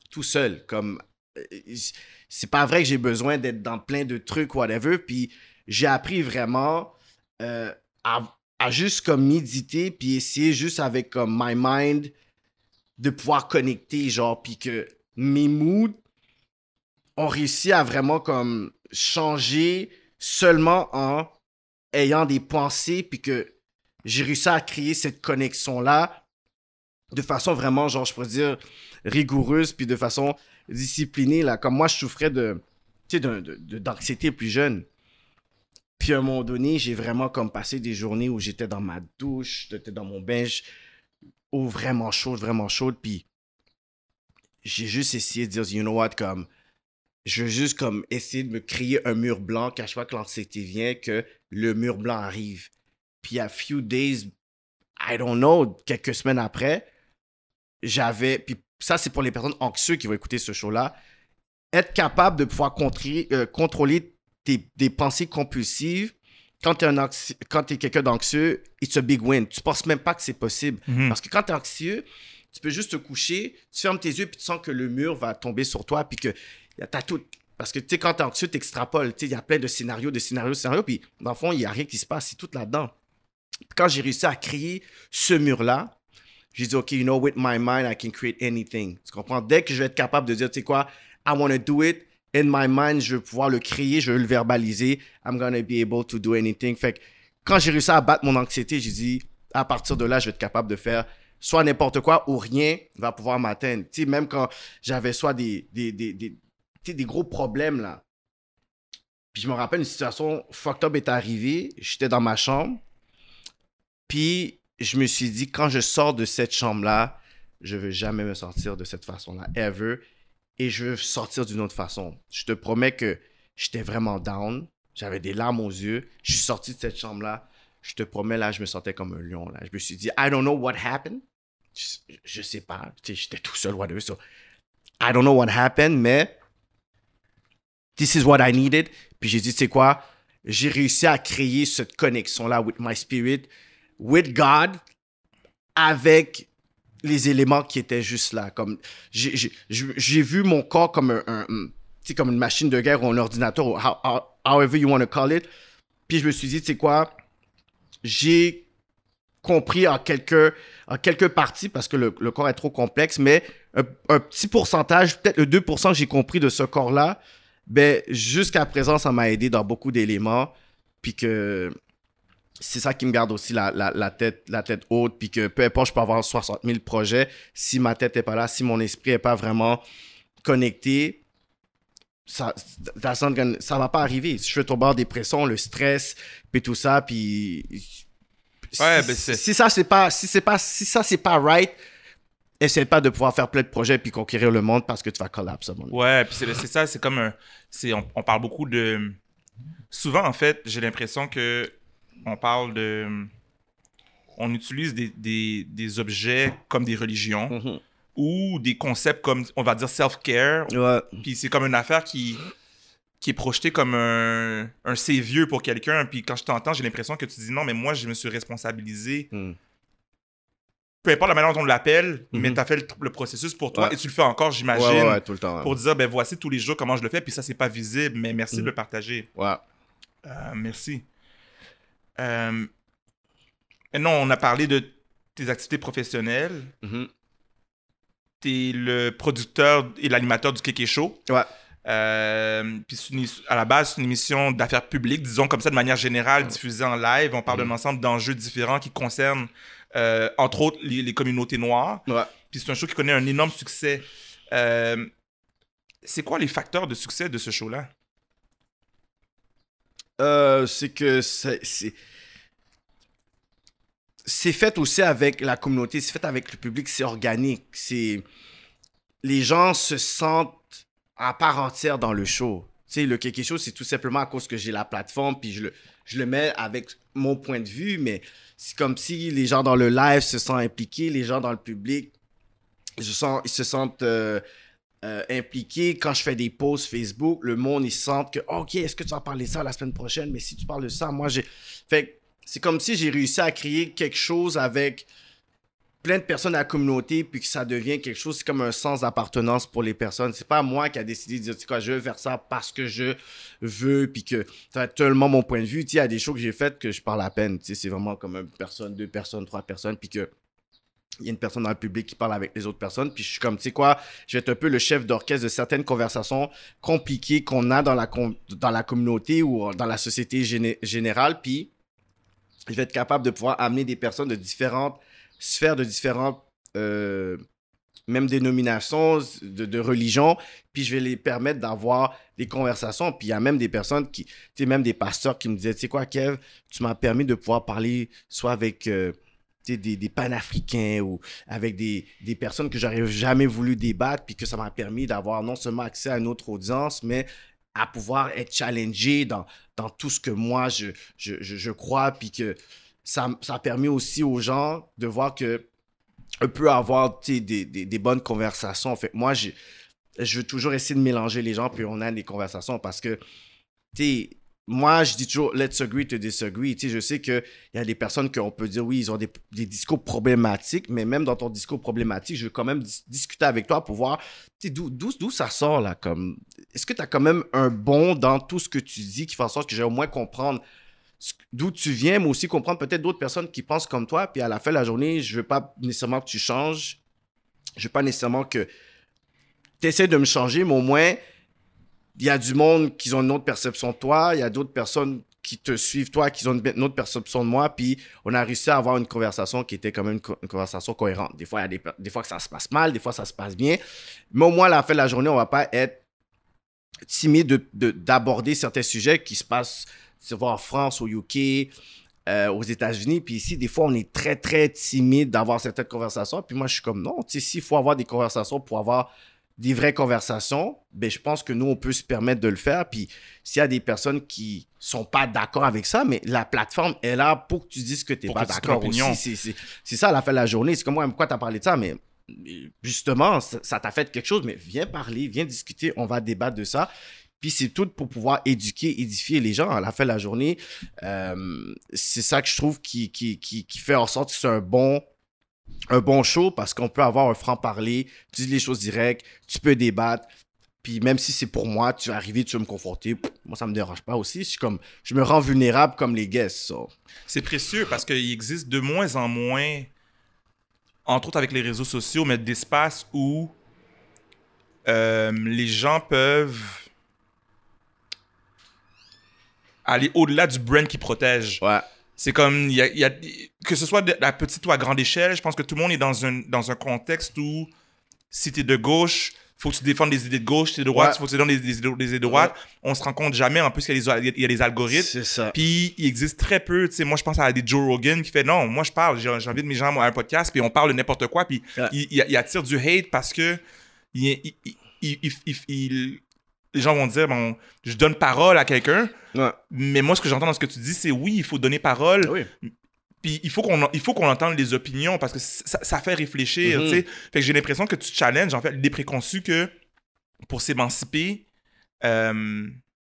S2: tout seul. Comme, euh, c'est pas vrai que j'ai besoin d'être dans plein de trucs, whatever. Puis j'ai appris vraiment euh, à, à juste comme méditer, puis essayer juste avec comme my mind de pouvoir connecter, genre, puis que mes moods ont réussi à vraiment comme changer seulement en ayant des pensées, puis que j'ai réussi à créer cette connexion-là de façon vraiment, genre, je pourrais dire, rigoureuse, puis de façon disciplinée, là. Comme moi, je souffrais de, tu sais, de, de, de, d'anxiété plus jeune. Puis à un moment donné, j'ai vraiment comme passé des journées où j'étais dans ma douche, j'étais dans mon bain, eau vraiment chaude, vraiment chaude, puis j'ai juste essayé de dire, you know what, comme, je veux juste comme essayer de me créer un mur blanc, qu'à chaque fois que l'anxiété vient, que le mur blanc arrive. Puis a few days, I don't know, quelques semaines après, j'avais, puis ça c'est pour les personnes anxieuses qui vont écouter ce show-là, être capable de pouvoir contrer, euh, contrôler tes, des pensées compulsives. Quand tu es anxi- quand es quelqu'un d'anxieux, it's a big win. Tu penses même pas que c'est possible.
S1: Mm-hmm.
S2: Parce que quand tu es anxieux, tu peux juste te coucher, tu fermes tes yeux, puis tu sens que le mur va tomber sur toi, puis que t'as tout. Parce que, tu sais, quand tu es anxieux, tu extrapoles. Tu sais, il y a plein de scénarios, de scénarios, de scénarios, puis dans le fond, il n'y a rien qui se passe. C'est tout là-dedans. Quand j'ai réussi à créer ce mur-là, j'ai dit, OK, you know, with my mind, I can create anything. Tu comprends? Dès que je vais être capable de dire, tu sais quoi, I want to do it, in my mind, je vais pouvoir le créer, je vais le verbaliser, I'm going to be able to do anything. Fait que quand j'ai réussi à battre mon anxiété, j'ai dit, à partir de là, je vais être capable de faire soit n'importe quoi ou rien va pouvoir m'atteindre. Tu sais, même quand j'avais soit des, des, des, des, tu sais, des gros problèmes, là. Puis je me rappelle, une situation fucked up est arrivée. J'étais dans ma chambre. Puis je me suis dit, quand je sors de cette chambre-là, je ne veux jamais me sortir de cette façon-là, ever. Et je veux sortir d'une autre façon. Je te promets que j'étais vraiment down. J'avais des larmes aux yeux. Je suis sorti de cette chambre-là. Je te promets, là, je me sentais comme un lion. Là. Je me suis dit, I don't know what happened. Je, je sais pas. Tu sais, j'étais tout seul, whatever. So, I don't know what happened, mais this is what I needed. Puis j'ai dit, tu sais quoi? J'ai réussi à créer cette connexion-là with my spirit, with God, avec les éléments qui étaient juste là. Comme, j'ai, j'ai, j'ai vu mon corps comme, un, un, un, comme une machine de guerre ou un ordinateur, ou how, how, however you want to call it. Puis je me suis dit, tu sais quoi? J'ai compris en quelques, en quelques parties, parce que le, le corps est trop complexe, mais un, un petit pourcentage, peut-être le deux pour cent que j'ai compris de ce corps-là, ben, jusqu'à présent, ça m'a aidé dans beaucoup d'éléments. Puis que c'est ça qui me garde aussi la, la, la, tête, la tête haute. Puis que peu importe, je peux avoir soixante mille projets. Si ma tête n'est pas là, si mon esprit n'est pas vraiment connecté, ça ne va pas arriver. Si je veux tomber en dépression, le stress, puis tout ça, puis...
S1: Ouais,
S2: si,
S1: ben c'est...
S2: si ça, c'est pas, si c'est pas, si ça, c'est pas right, essaie pas de pouvoir faire plein de projets puis conquérir le monde parce que tu vas collapse.
S1: Ouais, puis c'est, c'est ça, c'est comme un... C'est, on, on parle beaucoup de... Souvent, en fait, j'ai l'impression que on parle de... On utilise des, des, des objets comme des religions mm-hmm. ou des concepts comme, on va dire, self-care.
S2: Ouais.
S1: Puis c'est comme une affaire qui... qui est projeté comme un, un savior pour quelqu'un. Puis quand je t'entends, j'ai l'impression que tu dis non, mais moi, je me suis responsabilisé. Mm. Peu importe la manière dont on l'appelle, mm-hmm. mais tu as fait le, le processus pour toi
S2: ouais.
S1: et tu le fais encore, j'imagine,
S2: ouais, ouais, ouais, tout le temps, ouais.
S1: pour dire, ben voici tous les jours comment je le fais. Puis ça, c'est pas visible, mais merci mm. de le partager.
S2: Ouais.
S1: Euh, merci. Euh, et non, on a parlé de tes activités professionnelles.
S2: Mm-hmm.
S1: Tu es le producteur et l'animateur du Kéké Show.
S2: Ouais.
S1: Euh, puis une, à la base, c'est une émission d'affaires publiques, disons comme ça, de manière générale, diffusée en live. On parle mmh. d'un ensemble d'enjeux différents qui concernent, euh, entre autres, les, les communautés noires.
S2: Ouais.
S1: Puis c'est un show qui connaît un énorme succès. Euh, c'est quoi les facteurs de succès de ce show-là?
S2: Euh, c'est que c'est, c'est... c'est fait aussi avec la communauté, c'est fait avec le public, c'est organique. C'est... Les gens se sentent à part entière dans le show. Tu sais, le Kéké Show, c'est tout simplement à cause que j'ai la plateforme, puis je le, je le mets avec mon point de vue, mais c'est comme si les gens dans le live se sentent impliqués, les gens dans le public, je sens, ils se sentent euh, euh, impliqués. Quand je fais des posts Facebook, le monde, ils sentent que, OK, est-ce que tu vas parler de ça la semaine prochaine? Mais si tu parles de ça, moi, j'ai... Fait c'est comme si j'ai réussi à créer quelque chose avec plein de personnes à la communauté, puis que ça devient quelque chose, c'est comme un sens d'appartenance pour les personnes. C'est pas moi qui a décidé de dire, tu sais quoi, je veux faire ça parce que je veux, puis que ça va être tellement mon point de vue. Tu sais, il y a des shows que j'ai faites que je parle à peine. Tu sais, c'est vraiment comme une personne, deux personnes, trois personnes, puis que il y a une personne dans le public qui parle avec les autres personnes, puis je suis comme, tu sais quoi, je vais être un peu le chef d'orchestre de certaines conversations compliquées qu'on a dans la, com- dans la communauté ou dans la société géné- générale, puis je vais être capable de pouvoir amener des personnes de différentes sphères, de différentes, euh, même dénominations, de, de religions, puis je vais les permettre d'avoir des conversations, puis il y a même des personnes qui, tu sais, même des pasteurs qui me disaient, tu sais quoi, Kev, tu m'as permis de pouvoir parler soit avec... Euh, Des, des panafricains ou avec des, des personnes que j'aurais jamais voulu débattre, puis que ça m'a permis d'avoir non seulement accès à une autre audience, mais à pouvoir être challengé dans, dans tout ce que moi je, je, je, je crois, puis que ça, ça a permis aussi aux gens de voir que on peut avoir des, des, des bonnes conversations. En fait, moi, je, je veux toujours essayer de mélanger les gens, puis on a des conversations parce que, tu sais, moi, je dis toujours, let's agree to disagree. Tu sais, je sais qu'il y a des personnes qu'on peut dire, oui, ils ont des, des discours problématiques, mais même dans ton discours problématique, je veux quand même dis- discuter avec toi pour voir, tu sais, d'où, d'où, d'où ça sort, là, comme... Est-ce que tu as quand même un bon dans tout ce que tu dis qui fait en sorte que j'ai au moins comprendre ce- d'où tu viens, mais aussi comprendre peut-être d'autres personnes qui pensent comme toi, puis à la fin de la journée, je veux pas nécessairement que tu changes, je veux pas nécessairement que tu essaies de me changer, mais au moins... Il y a du monde qui ont une autre perception de toi. Il y a d'autres personnes qui te suivent, toi, qui ont une autre perception de moi. Puis, on a réussi à avoir une conversation qui était quand même une, co- une conversation cohérente. Des fois, il y a des, des fois que ça se passe mal, des fois, ça se passe bien. Mais au moins, à la fin de la journée, on ne va pas être timide de, de, d'aborder certains sujets qui se passent, tu vois, en France, au U K, euh, aux États-Unis. Puis ici, des fois, on est très, très timide d'avoir certaines conversations. Puis moi, je suis comme, non, tu sais, s'il faut avoir des conversations pour avoir des vraies conversations, ben, je pense que nous, on peut se permettre de le faire. Puis s'il y a des personnes qui sont pas d'accord avec ça, mais la plateforme est là pour que tu dises que tu n'es pas d'accord aussi. C'est, c'est, c'est ça, à la fin de la journée. C'est comme moi, pourquoi tu as parlé de ça? Mais justement, ça, ça t'a fait quelque chose, mais viens parler, viens discuter, on va débattre de ça. Puis c'est tout pour pouvoir éduquer, édifier les gens à la fin de la journée. Euh, c'est ça que je trouve qui, qui, qui, qui fait en sorte que c'est un bon... un bon show parce qu'on peut avoir un franc-parler, tu dis les choses directes, tu peux débattre, puis même si c'est pour moi, tu vas arriver, tu vas me confronter, pff, moi ça me dérange pas aussi, je suis comme, je me rends vulnérable comme les guests. So.
S1: C'est précieux parce qu'il existe de moins en moins, entre autres avec les réseaux sociaux, mais d'espaces où euh, les gens peuvent aller au-delà du brand qui protège.
S2: Ouais.
S1: C'est comme, il y a, il y a, que ce soit de la petite ou à grande échelle, je pense que tout le monde est dans un, dans un contexte où si tu es de gauche, faut que tu défendes les idées de gauche, si tu es de droite, il ouais. faut que tu défendes les, les, idées, les idées de droite. Ouais. On se rend compte jamais, en plus, qu'il y a les, il y a les algorithmes.
S2: C'est ça.
S1: Puis, il existe très peu, tu sais, moi, je pense à des Joe Rogan qui fait, non, moi, je parle, j'invite mes gens à un podcast, puis on parle de n'importe quoi, puis ouais. il, il, il attire du hate parce que il, il, il, il, il, il, il les gens vont dire, bon, je donne parole à quelqu'un, ouais. mais moi, ce que j'entends dans ce que tu dis, c'est oui, il faut donner parole. Oui. Puis il faut qu'on il faut qu'on entende les opinions parce que ça, ça fait réfléchir, mm-hmm. tu sais. Fait que j'ai l'impression que tu challenges, en fait, l'idée préconçue que pour s'émanciper, euh,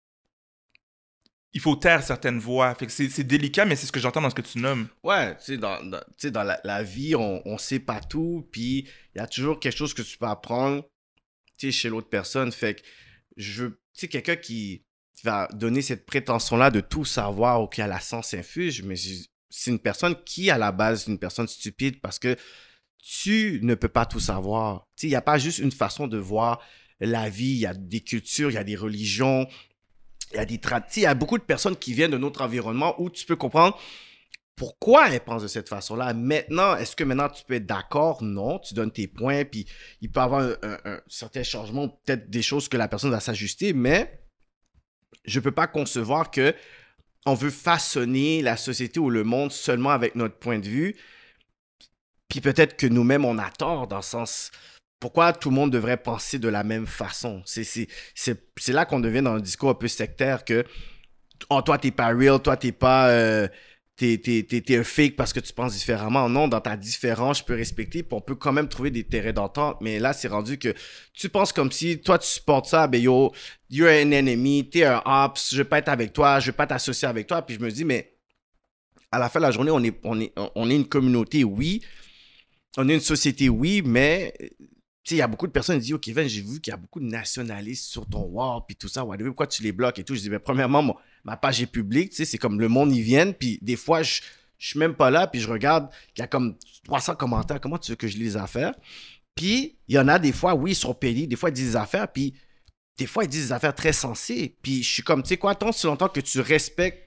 S1: il faut taire certaines voix. Fait que c'est, c'est délicat, mais c'est ce que j'entends dans ce que tu nommes.
S2: Ouais, tu sais, dans, dans, dans la, la vie, on, on sait pas tout, puis il y a toujours quelque chose que tu peux apprendre, tu sais, chez l'autre personne. Fait que je veux, tu sais, quelqu'un qui, qui va donner cette prétention-là de tout savoir ou qui a la science infuse, mais je, c'est une personne qui, à la base, est une personne stupide parce que tu ne peux pas tout savoir. Tu sais, il n'y a pas juste une façon de voir la vie. Il y a des cultures, il y a des religions, il y a des traditions. Il y a beaucoup de personnes qui viennent de notre environnement où tu peux comprendre pourquoi elles pensent de cette façon-là. Maintenant, est-ce que maintenant tu peux être d'accord? Non, tu donnes tes points, puis il peut y avoir un, un, un certain changement, peut-être des choses que la personne va s'ajuster, mais je ne peux pas concevoir que on veut façonner la société ou le monde seulement avec notre point de vue. Puis peut-être que nous-mêmes, on a tort dans le sens... Pourquoi tout le monde devrait penser de la même façon? C'est, c'est, c'est, c'est là qu'on devient dans un discours un peu sectaire que oh, toi, t'es pas real, toi, t'es pas... Euh, t'es, t'es, t'es, t'es un fake parce que tu penses différemment. Non, dans ta différence, je peux respecter, puis on peut quand même trouver des terrains d'entente. Mais là, c'est rendu que tu penses comme si toi, tu supportes ça, ben yo, you're an enemy, t'es un ops, je veux pas être avec toi, je veux pas t'associer avec toi. Puis je me dis, mais à la fin de la journée, on est, on est, on est une communauté, oui, on est une société, oui, mais il y a beaucoup de personnes qui disent « Oh, Kevin, j'ai vu qu'il y a beaucoup de nationalistes sur ton wall, puis tout ça, whatever, pourquoi tu les bloques et tout? » Je dis « Ben, premièrement, mon, ma page est publique, c'est comme le monde y vient, puis des fois, je je suis même pas là, puis je regarde, il y a comme trois cents commentaires, comment tu veux que je lis les affaires? Puis, il y en a des fois, oui, ils sont payés, des fois, ils disent des affaires, puis des fois, ils disent des affaires très sensées. Puis, je suis comme, tu sais quoi, tant si longtemps que tu respectes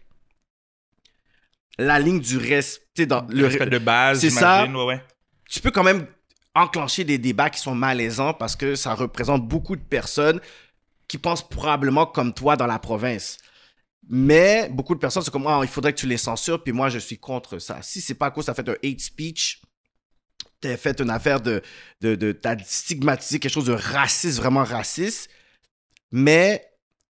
S2: la ligne du respect, dans
S1: le respect de base,
S2: c'est ça,
S1: ouais, ouais.
S2: Tu peux quand même enclencher des débats qui sont malaisants parce que ça représente beaucoup de personnes qui pensent probablement comme toi dans la province. Mais beaucoup de personnes, c'est comme, ah, il faudrait que tu les censures, puis moi, je suis contre ça. Si c'est pas à cause que tu as fait un hate speech, tu as fait une affaire de, de, de, t'as stigmatisé quelque chose de raciste, vraiment raciste, mais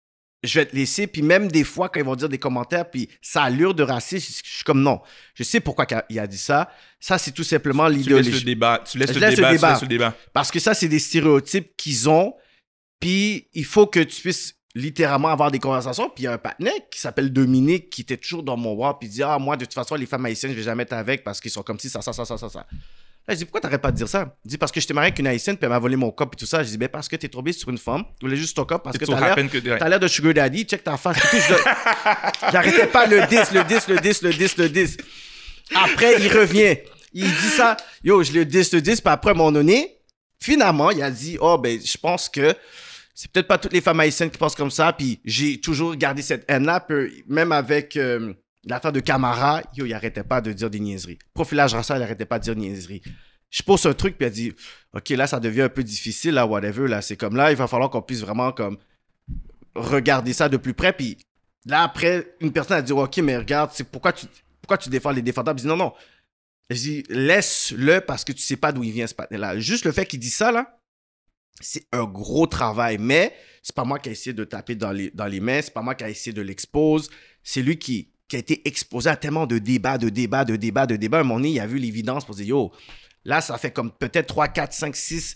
S2: je vais te laisser, puis même des fois, quand ils vont dire des commentaires, puis ça allure de raciste, je suis comme, non, je sais pourquoi il a dit ça. Ça, c'est tout simplement l'idéologie.
S1: Tu laisses le débat, tu laisses,
S2: je
S1: le,
S2: laisse
S1: débat,
S2: le débat,
S1: tu laisses le débat.
S2: Parce que ça, c'est des stéréotypes qu'ils ont, puis il faut que tu puisses littéralement avoir des conversations. Puis il y a un partenaire qui s'appelle Dominique qui était toujours dans mon wall puis il dit « Ah, moi, de toute façon, les femmes haïtiennes, je vais jamais être avec parce qu'ils sont comme ci, ça, ça, ça, ça, ça, ça. » Là, je dis « Pourquoi t'arrêtes pas de dire ça? » Il dit « Parce que j'étais marié avec une haïtienne puis elle m'a volé mon cop et tout ça. » Je dis « Ben parce que t'es tombé sur une femme. Tu voulais juste ton cop parce que t'as l'air,
S1: que... ouais.
S2: t'as l'air de sugar daddy. Check ta face. » Je... J'arrêtais pas le diss, le diss, le diss, le diss, le diss. Après, il revient. Il dit ça. Yo, je le diss, le diss. Puis après, à un moment donné, finalement, il a dit « Oh, ben, je pense que c'est peut-être pas toutes les femmes haïtiennes qui pensent comme ça. » Puis j'ai toujours gardé cette haine-là. Même avec euh, l'affaire de Camara, yo, il arrêtait pas de dire des niaiseries. Profilage racial, il arrêtait pas de dire des niaiseries. Je pose un truc, puis elle dit « Ok, là, ça devient un peu difficile, là, whatever. Là, c'est comme là, il va falloir qu'on puisse vraiment comme regarder ça de plus près. » Puis là, après, une personne a dit « Ok, mais regarde, c'est pourquoi tu, pourquoi tu défends les défendables? » Je dis « Non, non. » Je dis « Laisse-le parce que tu sais pas d'où il vient, ce patin-là. » Juste le fait qu'il dit ça, là, c'est un gros travail, mais c'est pas moi qui ai essayé de taper dans les, dans les mains, c'est pas moi qui ai essayé de l'exposer, c'est lui qui, qui a été exposé à tellement de débats, de débats, de débats, de débats. À un moment donné, il a vu l'évidence pour dire, yo, là, ça fait comme peut-être trois, quatre, cinq, six,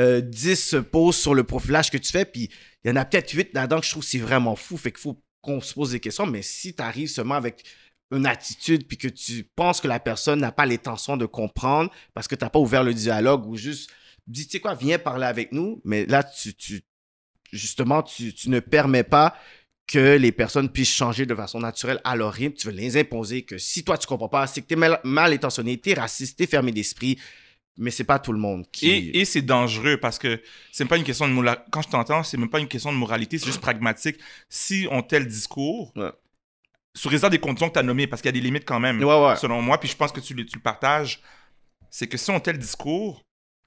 S2: dix pauses sur le profilage que tu fais, puis il y en a peut-être huit là-dedans que je trouve que c'est vraiment fou, fait qu'il faut qu'on se pose des questions, mais si tu arrives seulement avec une attitude, puis que tu penses que la personne n'a pas l'intention de comprendre parce que tu n'as pas ouvert le dialogue ou juste dis, tu sais quoi, viens parler avec nous, mais là, tu, tu justement, tu, tu ne permets pas que les personnes puissent changer de façon naturelle à leur rythme. Tu veux les imposer que si toi, tu comprends pas, c'est que tu es mal, mal intentionné, tu es raciste, tu es fermé d'esprit, mais c'est pas tout le monde qui...
S1: Et, et c'est dangereux parce que c'est pas une question de... Mola... Quand je t'entends, c'est même pas une question de moralité, c'est juste pragmatique. Si on tel discours... Ouais. Sous réserve des conditions que tu as nommées, parce qu'il y a des limites quand même,
S2: ouais, ouais.
S1: selon moi, puis je pense que tu le, tu le partages, c'est que si on tel discours,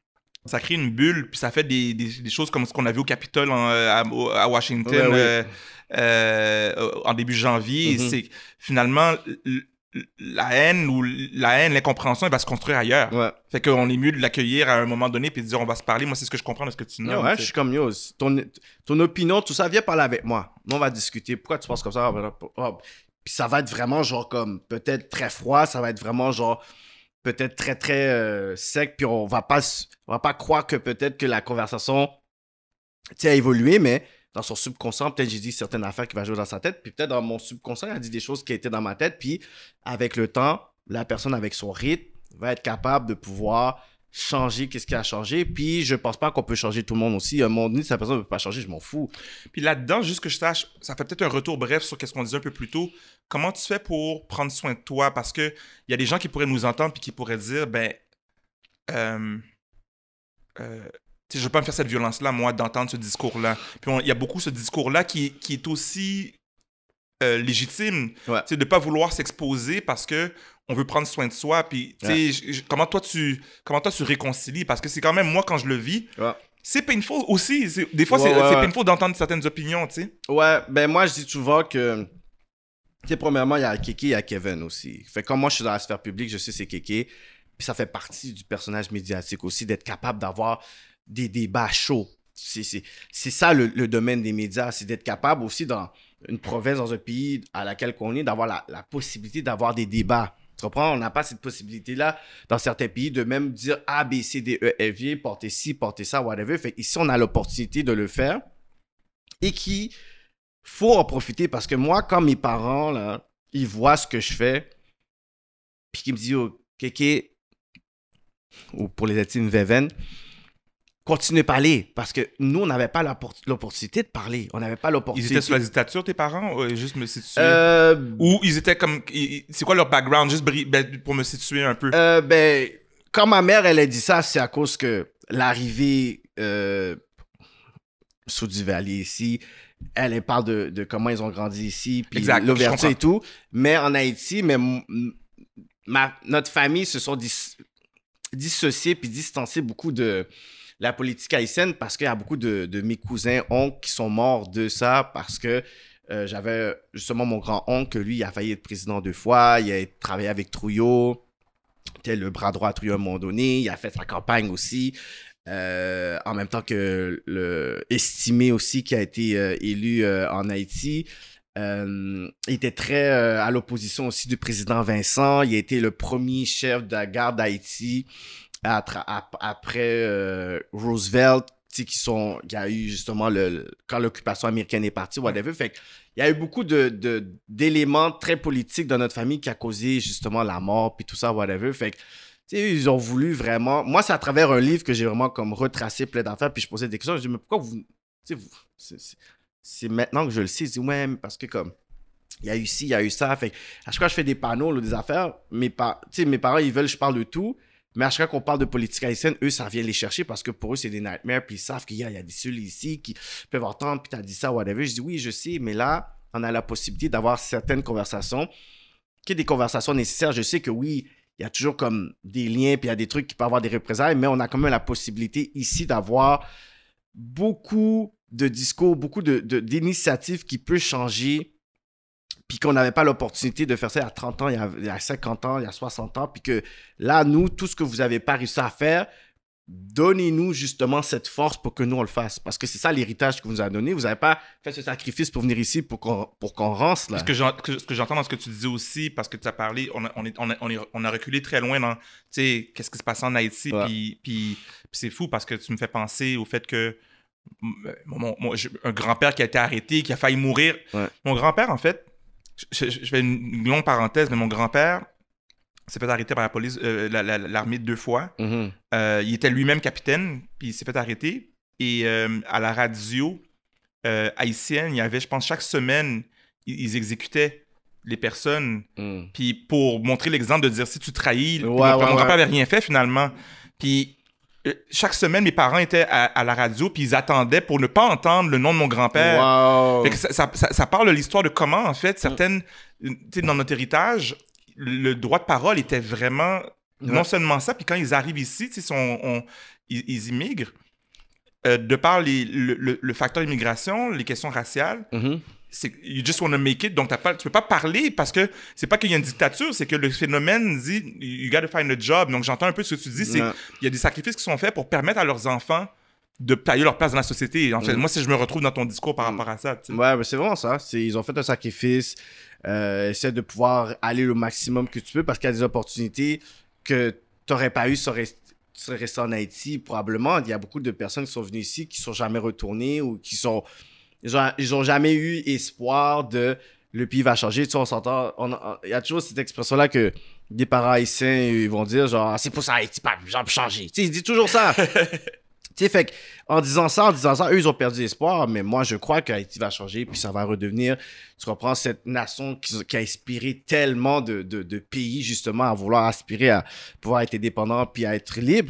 S1: ça crée une bulle, puis ça fait des, des, des choses comme ce qu'on a vu au Capitole en, à, à Washington ouais, euh, ouais. Euh, en début janvier. Mm-hmm. C'est finalement la haine ou la haine, l'incompréhension, elle va se construire ailleurs.
S2: Ouais.
S1: Fait qu'on est mieux de l'accueillir à un moment donné puis de dire on va se parler. Moi, c'est ce que je comprends de ce que tu nommes.
S2: Ouais, je suis comme yo. Ton, ton opinion, tout ça, viens parler avec moi. On va discuter. Pourquoi tu penses comme ça? Oh. Puis ça va être vraiment genre comme peut-être très froid, ça va être vraiment genre peut-être très très euh, sec, puis on va pas on va pas croire que peut-être que la conversation a évolué, mais dans son subconscient, peut-être j'ai dit certaines affaires qui vont jouer dans sa tête, puis peut-être dans mon subconscient, il a dit des choses qui étaient dans ma tête, puis avec le temps, la personne avec son rythme va être capable de pouvoir changer qu'est-ce qui a changé, puis je pense pas qu'on peut changer tout le monde aussi. À un moment donné, si la personne ne peut pas changer, je m'en fous.
S1: Puis là-dedans, juste que je sache, ça fait peut-être un retour bref sur ce qu'on disait un peu plus tôt. Comment tu fais pour prendre soin de toi? Parce qu'il y a des gens qui pourraient nous entendre puis qui pourraient dire, ben, euh, euh, tu sais, je veux pas me faire cette violence-là, moi, d'entendre ce discours-là. Puis il y a beaucoup ce discours-là qui, qui est aussi euh, légitime,
S2: ouais.
S1: Tu sais, de pas vouloir s'exposer parce que on veut prendre soin de soi, puis tu sais, ouais. comment toi tu comment toi tu réconcilies, parce que c'est quand même, moi, quand je le vis,
S2: ouais.
S1: c'est painful aussi. C'est, des fois,
S2: ouais,
S1: c'est,
S2: ouais,
S1: c'est
S2: ouais.
S1: painful d'entendre certaines opinions, tu sais.
S2: Ouais, ben moi, je dis souvent que, tu sais, premièrement, il y a Kéké, il y a Kevin aussi. Fait que comme moi, je suis dans la sphère publique, je sais c'est Kéké, puis ça fait partie du personnage médiatique aussi, d'être capable d'avoir des débats chauds. C'est, c'est, c'est ça le, le domaine des médias, c'est d'être capable aussi dans une province, dans un pays à laquelle on est, d'avoir la, la possibilité d'avoir des débats. Tu comprends? On n'a pas cette possibilité-là dans certains pays de même dire A, B, C, D, E, F, G, portez ci, portez ça, whatever. Fait ici, on a l'opportunité de le faire et qu'il faut en profiter parce que moi, quand mes parents, là, ils voient ce que je fais, puis qu'ils me disent, oh, Kéké, ou pour les intimes Véven, continuez à parler. Parce que nous, on n'avait pas l'opportunité de parler. On n'avait pas l'opportunité.
S1: Ils étaient sous la dictature, tes parents? Ouais, juste me situer.
S2: Euh...
S1: Ou ils étaient comme... C'est quoi leur background? Juste pour me situer un peu.
S2: Euh, ben, quand ma mère, elle a dit ça, c'est à cause que l'arrivée euh, sous Duvalier ici, elle, elle parle de, de comment ils ont grandi ici, puis l'ouverture et tout. Mais en Haïti, mais ma, notre famille se sont dis, dissociés puis distancés beaucoup de la politique haïtienne parce qu'il y a beaucoup de, de mes cousins, oncles qui sont morts de ça parce que euh, j'avais justement mon grand-oncle, lui, il a failli être président deux fois, il a travaillé avec Trouillot, était le bras droit à Trouillot à un moment donné, il a fait sa campagne aussi. Euh, en même temps que le estimé aussi qui a été euh, élu euh, en Haïti. Euh, il était très euh, à l'opposition aussi du président Vincent. Il a été le premier chef de la garde d'Haïti à à, après euh, Roosevelt, qui sont, qui a eu justement le, le quand l'occupation américaine est partie, whatever. Fait il y a eu beaucoup de, de, d'éléments très politiques dans notre famille qui a causé justement la mort puis tout ça, whatever. Fait que t'sais, ils ont voulu vraiment... Moi, c'est à travers un livre que j'ai vraiment comme retracé plein d'affaires, puis je posais des questions. Je dis, mais pourquoi vous... vous c'est, c'est, c'est maintenant que je le sais. Je dis, ouais, parce que comme... Il y a eu ci, il y a eu ça. Fait à chaque fois que je fais des panneaux, là, des affaires, mes, pa... mes parents, ils veulent que je parle de tout, mais à chaque fois qu'on parle de politique haïtienne, eux, ça vient les chercher parce que pour eux, c'est des nightmares, puis ils savent qu'il y a, il y a des cellules ici qui peuvent entendre, puis t'as dit ça, whatever. Je dis, oui, je sais, mais là, on a la possibilité d'avoir certaines conversations, qui sont des conversations nécessaires. Je sais que oui, il y a toujours comme des liens, puis il y a des trucs qui peuvent avoir des représailles, mais on a quand même la possibilité ici d'avoir beaucoup de discours, beaucoup de, de, d'initiatives qui peuvent changer, puis qu'on n'avait pas l'opportunité de faire ça il y a trente ans, il y a, il y a cinquante ans, il y a soixante ans, puis que là, nous, tout ce que vous n'avez pas réussi à faire, donnez-nous justement cette force pour que nous, on le fasse. Parce que c'est ça l'héritage que vous nous avez donné. Vous n'avez pas fait ce sacrifice pour venir ici pour qu'on, pour qu'on rance, là.
S1: Ce que, ce que j'entends dans ce que tu disais aussi, parce que tu as parlé, on a, on, est, on, a, on, est, on a reculé très loin dans, tu sais, qu'est-ce qui se passe en Haïti,
S2: ouais.
S1: puis, puis, puis c'est fou parce que tu me fais penser au fait que mon, mon, un grand-père qui a été arrêté, qui a failli mourir.
S2: Ouais.
S1: Mon grand-père, en fait, je, je, je fais une longue parenthèse, mais mon grand-père s'est fait arrêter par la police, euh, la, la, l'armée deux fois.
S2: Mm-hmm.
S1: Euh, il était lui-même capitaine, puis il s'est fait arrêter. Et euh, à la radio euh, haïtienne, il y avait, je pense, chaque semaine, ils, ils exécutaient les personnes. Mm. Puis pour montrer l'exemple de dire si tu trahis, ouais, mon,
S2: ouais,
S1: mon
S2: ouais.
S1: grand-père n'avait rien fait finalement. Puis euh, chaque semaine, mes parents étaient à, à la radio, puis ils attendaient pour ne pas entendre le nom de mon grand-père.
S2: Wow.
S1: Fait que ça, ça, ça, ça parle de l'histoire de comment, en fait, certaines, mm. tu sais, dans notre héritage, le droit de parole était vraiment ouais. non seulement ça, puis quand ils arrivent ici, tu sais, on, on, ils, ils immigrent, euh, de par les, le, le, le facteur immigration, les questions raciales, mm-hmm. c'est you just want to make it, donc t'as pas, tu peux pas parler parce que c'est pas qu'il y a une dictature, c'est que le phénomène dit you gotta find a job. Donc j'entends un peu ce que tu dis, c'est il y a des sacrifices qui sont faits pour permettre à leurs enfants de tailler leur place dans la société. En fait, mm. moi, si je me retrouve dans ton discours par mm. rapport à ça. Tu sais.
S2: Ouais, mais c'est vraiment ça. C'est, ils ont fait un sacrifice. Euh, essaie de pouvoir aller le maximum que tu peux parce qu'il y a des opportunités que tu n'aurais pas eu si tu serais resté en Haïti, probablement. Il y a beaucoup de personnes qui sont venues ici qui ne sont jamais retournées ou qui sont... Ils ont, ils ont jamais eu espoir de le pays va changer. Tu sais, on s'entend... On, on, il y a toujours cette expression-là que des parents haïtiens ils vont dire genre « C'est pour ça Haïti, pas changer. » Tu sais, ils disent toujours ça. Tu sais, fait en disant ça, en disant ça, eux, ils ont perdu espoir, mais moi, je crois qu'Haïti va changer, puis ça va redevenir, tu comprends, cette nation qui, qui a inspiré tellement de, de, de pays, justement, à vouloir aspirer à pouvoir être indépendant, puis à être libre.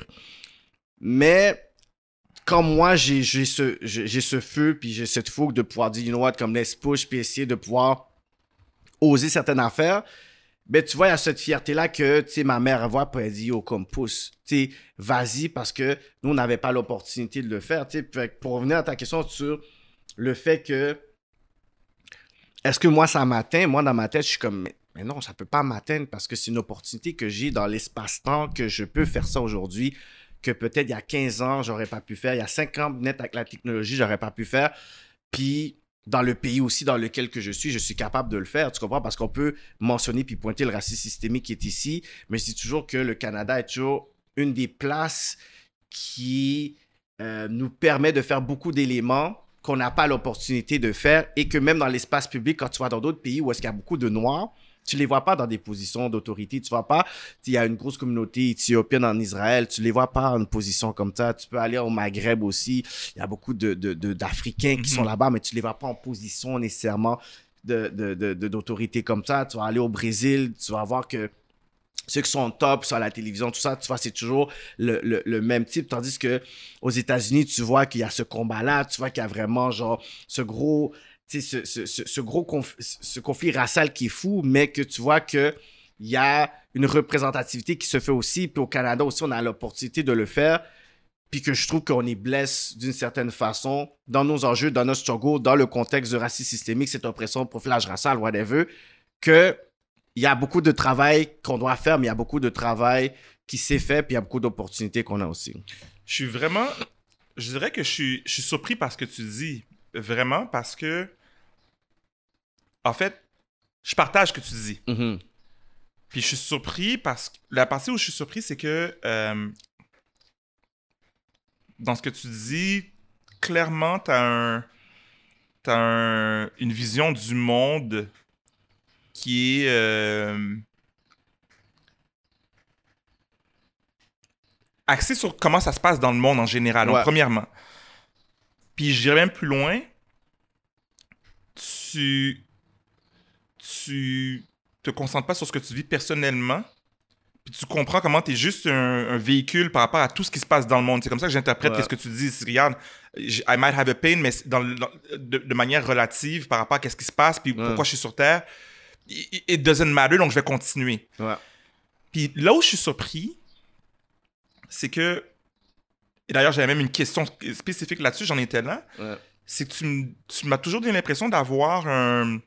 S2: Mais quand moi, j'ai, j'ai, ce, j'ai, j'ai ce feu, puis j'ai cette fougue de pouvoir dire, you know what, comme let's push, puis essayer de pouvoir oser certaines affaires, ben, tu vois, il y a cette fierté-là que, tu sais, ma mère, elle voit, puis elle dit, yo, comme pousse, tu sais, vas-y, parce que nous, on n'avait pas l'opportunité de le faire, tu sais. Pour revenir à ta question sur le fait que, est-ce que moi, ça m'atteint? Moi, dans ma tête, je suis comme, mais, mais non, ça peut pas m'atteindre parce que c'est une opportunité que j'ai dans l'espace-temps que je peux faire ça aujourd'hui, que peut-être il y a quinze ans, j'aurais pas pu faire. Il y a cinq ans, net avec la technologie, j'aurais pas pu faire. Puis, dans le pays aussi dans lequel que je suis, je suis capable de le faire, tu comprends? Parce qu'on peut mentionner puis pointer le racisme systémique qui est ici, mais je dis toujours que le Canada est toujours une des places qui euh, nous permet de faire beaucoup d'éléments qu'on n'a pas l'opportunité de faire et que même dans l'espace public, quand tu vas dans d'autres pays où est-ce qu'il y a beaucoup de Noirs, Tu les vois pas dans des positions d'autorité. Tu vois pas, il y a une grosse communauté éthiopienne en Israël. Tu les vois pas en une position comme ça. Tu peux aller au Maghreb aussi. Il y a beaucoup de, de, de, d'Africains qui
S1: Mhm.
S2: sont là-bas, mais tu les vois pas en position nécessairement de, de, de, de- d'autorité comme ça. Tu vas aller au Brésil, tu vas voir que ceux qui sont en top sur la télévision, tout ça, tu vois, c'est toujours le, le, le même type. Tandis que aux États-Unis, tu vois qu'il y a ce combat-là, tu vois qu'il y a vraiment genre ce gros, tu sais, ce, ce, ce, ce gros conf- ce conflit racial qui est fou, mais que tu vois que il y a une représentativité qui se fait aussi. Puis au Canada aussi, on a l'opportunité de le faire. Puis que je trouve qu'on est blesse d'une certaine façon dans nos enjeux, dans notre struggle, dans le contexte de racisme systémique, cette oppression, profilage racial, whatever, que il y a beaucoup de travail qu'on doit faire, mais il y a beaucoup de travail qui s'est fait, puis il y a beaucoup d'opportunités qu'on a aussi.
S1: Je suis vraiment. Je dirais que je suis, je suis surpris par ce que tu dis. Vraiment, parce que. En fait, je partage ce que tu dis.
S2: Mhm.
S1: Puis je suis surpris parce que. La partie où je suis surpris, c'est que. euh, dans ce que tu dis, clairement, t'as un. T'as un, une vision du monde qui est. euh, axée sur comment ça se passe dans le monde en général, donc,
S2: Ouais.
S1: premièrement. Puis j'irais même plus loin. Tu. Tu te concentres pas sur ce que tu vis personnellement. Puis tu comprends comment tu es juste un, un véhicule par rapport à tout ce qui se passe dans le monde. C'est comme ça que j'interprète
S2: Ouais.
S1: ce que tu dis. C'est, regarde, j- I might have a pain, mais c'est dans, le- dans- de, de manière relative par rapport à ce qui se passe, puis
S2: Ouais.
S1: pourquoi je suis sur Terre. It, it doesn't matter, donc je vais continuer.
S2: Ouais.
S1: Puis là où je suis surpris, c'est que, et d'ailleurs j'avais même une question spécifique là-dessus, j'en étais là,
S2: Ouais.
S1: c'est que tu, m- tu m'as toujours donné l'impression d'avoir un-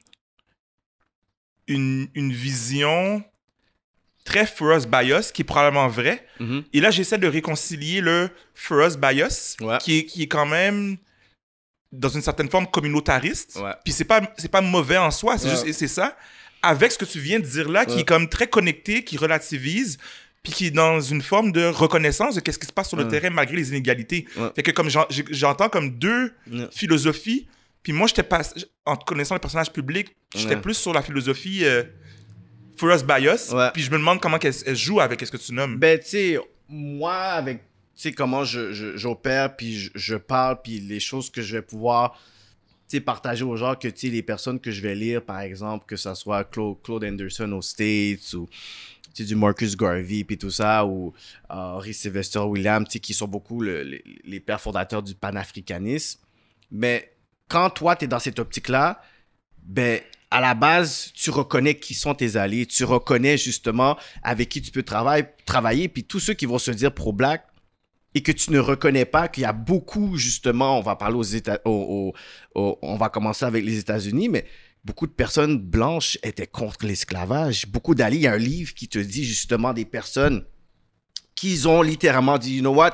S1: une, une vision très Furous bias, qui est probablement vrai.
S2: Mhm.
S1: Et là, j'essaie de réconcilier le Furous bias,
S2: Ouais.
S1: qui, est, qui est quand même, dans une certaine forme, communautariste.
S2: Ouais.
S1: Puis c'est pas, c'est pas mauvais en soi, c'est
S2: Ouais.
S1: juste, et c'est ça. Avec ce que tu viens de dire là, qui
S2: Ouais.
S1: est comme très connecté, qui relativise, puis qui est dans une forme de reconnaissance de qu'est-ce qui se passe sur le
S2: Ouais.
S1: terrain malgré les inégalités.
S2: Ouais.
S1: Fait que comme j'en- j'ai- j'entends comme deux
S2: Ouais.
S1: philosophies, puis moi, j'étais pas, en connaissant les personnages publics, j'étais
S2: Ouais.
S1: plus sur la philosophie euh, Furous bias,
S2: Ouais.
S1: puis je me demande comment elle, elle joue avec ce que tu nommes.
S2: Ben, tu sais, moi, avec, tu sais, comment je, je- j'opère, puis je, je parle, puis les choses que je vais pouvoir, tu sais, partager aux gens, que, tu sais, les personnes que je vais lire, par exemple, que ça soit Claude, Claude Anderson aux States, ou, tu sais, du Marcus Garvey, puis tout ça, ou euh, Henry Sylvester Williams, tu sais, qui sont beaucoup le- les, les pères fondateurs du panafricanisme. Mais quand toi, tu es dans cette optique-là, ben, à la base, tu reconnais qui sont tes alliés, tu reconnais justement avec qui tu peux travailler, travailler, puis tous ceux qui vont se dire pro-black et que tu ne reconnais pas qu'il y a beaucoup, justement, on va parler aux États, au- au- au- on va commencer avec les États-Unis, mais beaucoup de personnes blanches étaient contre l'esclavage. Beaucoup d'alliés, il y a un livre qui te dit justement des personnes qui ont littéralement dit, you know what,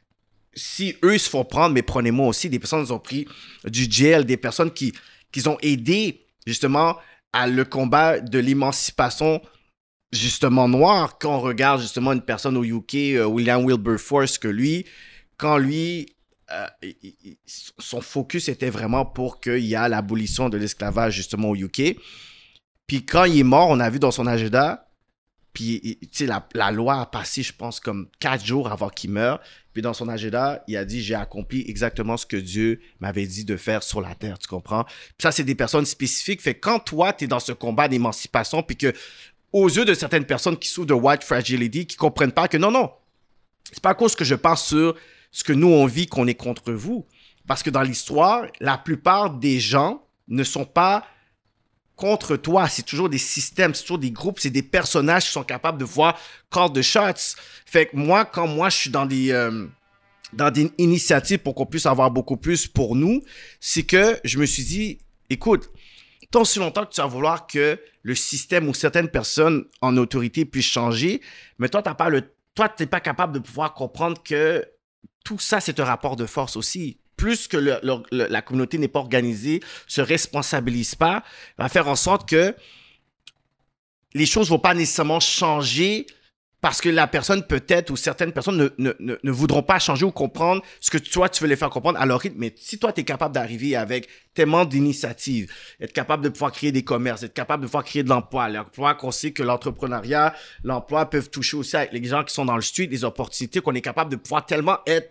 S2: si eux se font prendre, mais prenez-moi aussi. Des personnes qui ont pris du jail, des personnes qui, qui ont aidé justement à le combat de l'émancipation justement noire. Quand on regarde justement une personne au U K, euh, William Wilberforce, que lui, quand lui, euh, il- il- son focus était vraiment pour qu'il y ait l'abolition de l'esclavage justement au U K. Puis quand il est mort, on a vu dans son agenda, puis il- tu sais, la, la loi a passé, je pense, comme quatre jours avant qu'il meure. Puis dans son agenda, il a dit, j'ai accompli exactement ce que Dieu m'avait dit de faire sur la terre, tu comprends? Puis ça, c'est des personnes spécifiques. Fait que quand toi, tu es dans ce combat d'émancipation, puis que aux yeux de certaines personnes qui souffrent de white fragility, qui comprennent pas que non, non, c'est pas à cause que je pense sur ce que nous, on vit qu'on est contre vous. Parce que dans l'histoire, la plupart des gens ne sont pas contre toi. C'est toujours des systèmes, c'est toujours des groupes, c'est des personnages qui sont capables de voir call the shots. Fait que moi, quand moi, je suis dans des, euh, dans des initiatives pour qu'on puisse avoir beaucoup plus pour nous, c'est que je me suis dit, écoute, tant aussi longtemps que tu vas vouloir que le système ou certaines personnes en autorité puissent changer, mais toi, t'as pas le, toi, t'es pas capable de pouvoir comprendre que tout ça, c'est un rapport de force aussi. Plus que le, le, le, la communauté n'est pas organisée, se responsabilise pas, va faire en sorte que les choses vont pas nécessairement changer parce que la personne peut-être ou certaines personnes ne, ne, ne, ne voudront pas changer ou comprendre ce que toi, tu veux les faire comprendre à leur rythme. Mais si toi, tu es capable d'arriver avec tellement d'initiatives, être capable de pouvoir créer des commerces, être capable de pouvoir créer de l'emploi, l'emploi qu'on sait que l'entrepreneuriat, l'emploi peuvent toucher aussi avec les gens qui sont dans le street, des opportunités, qu'on est capable de pouvoir tellement être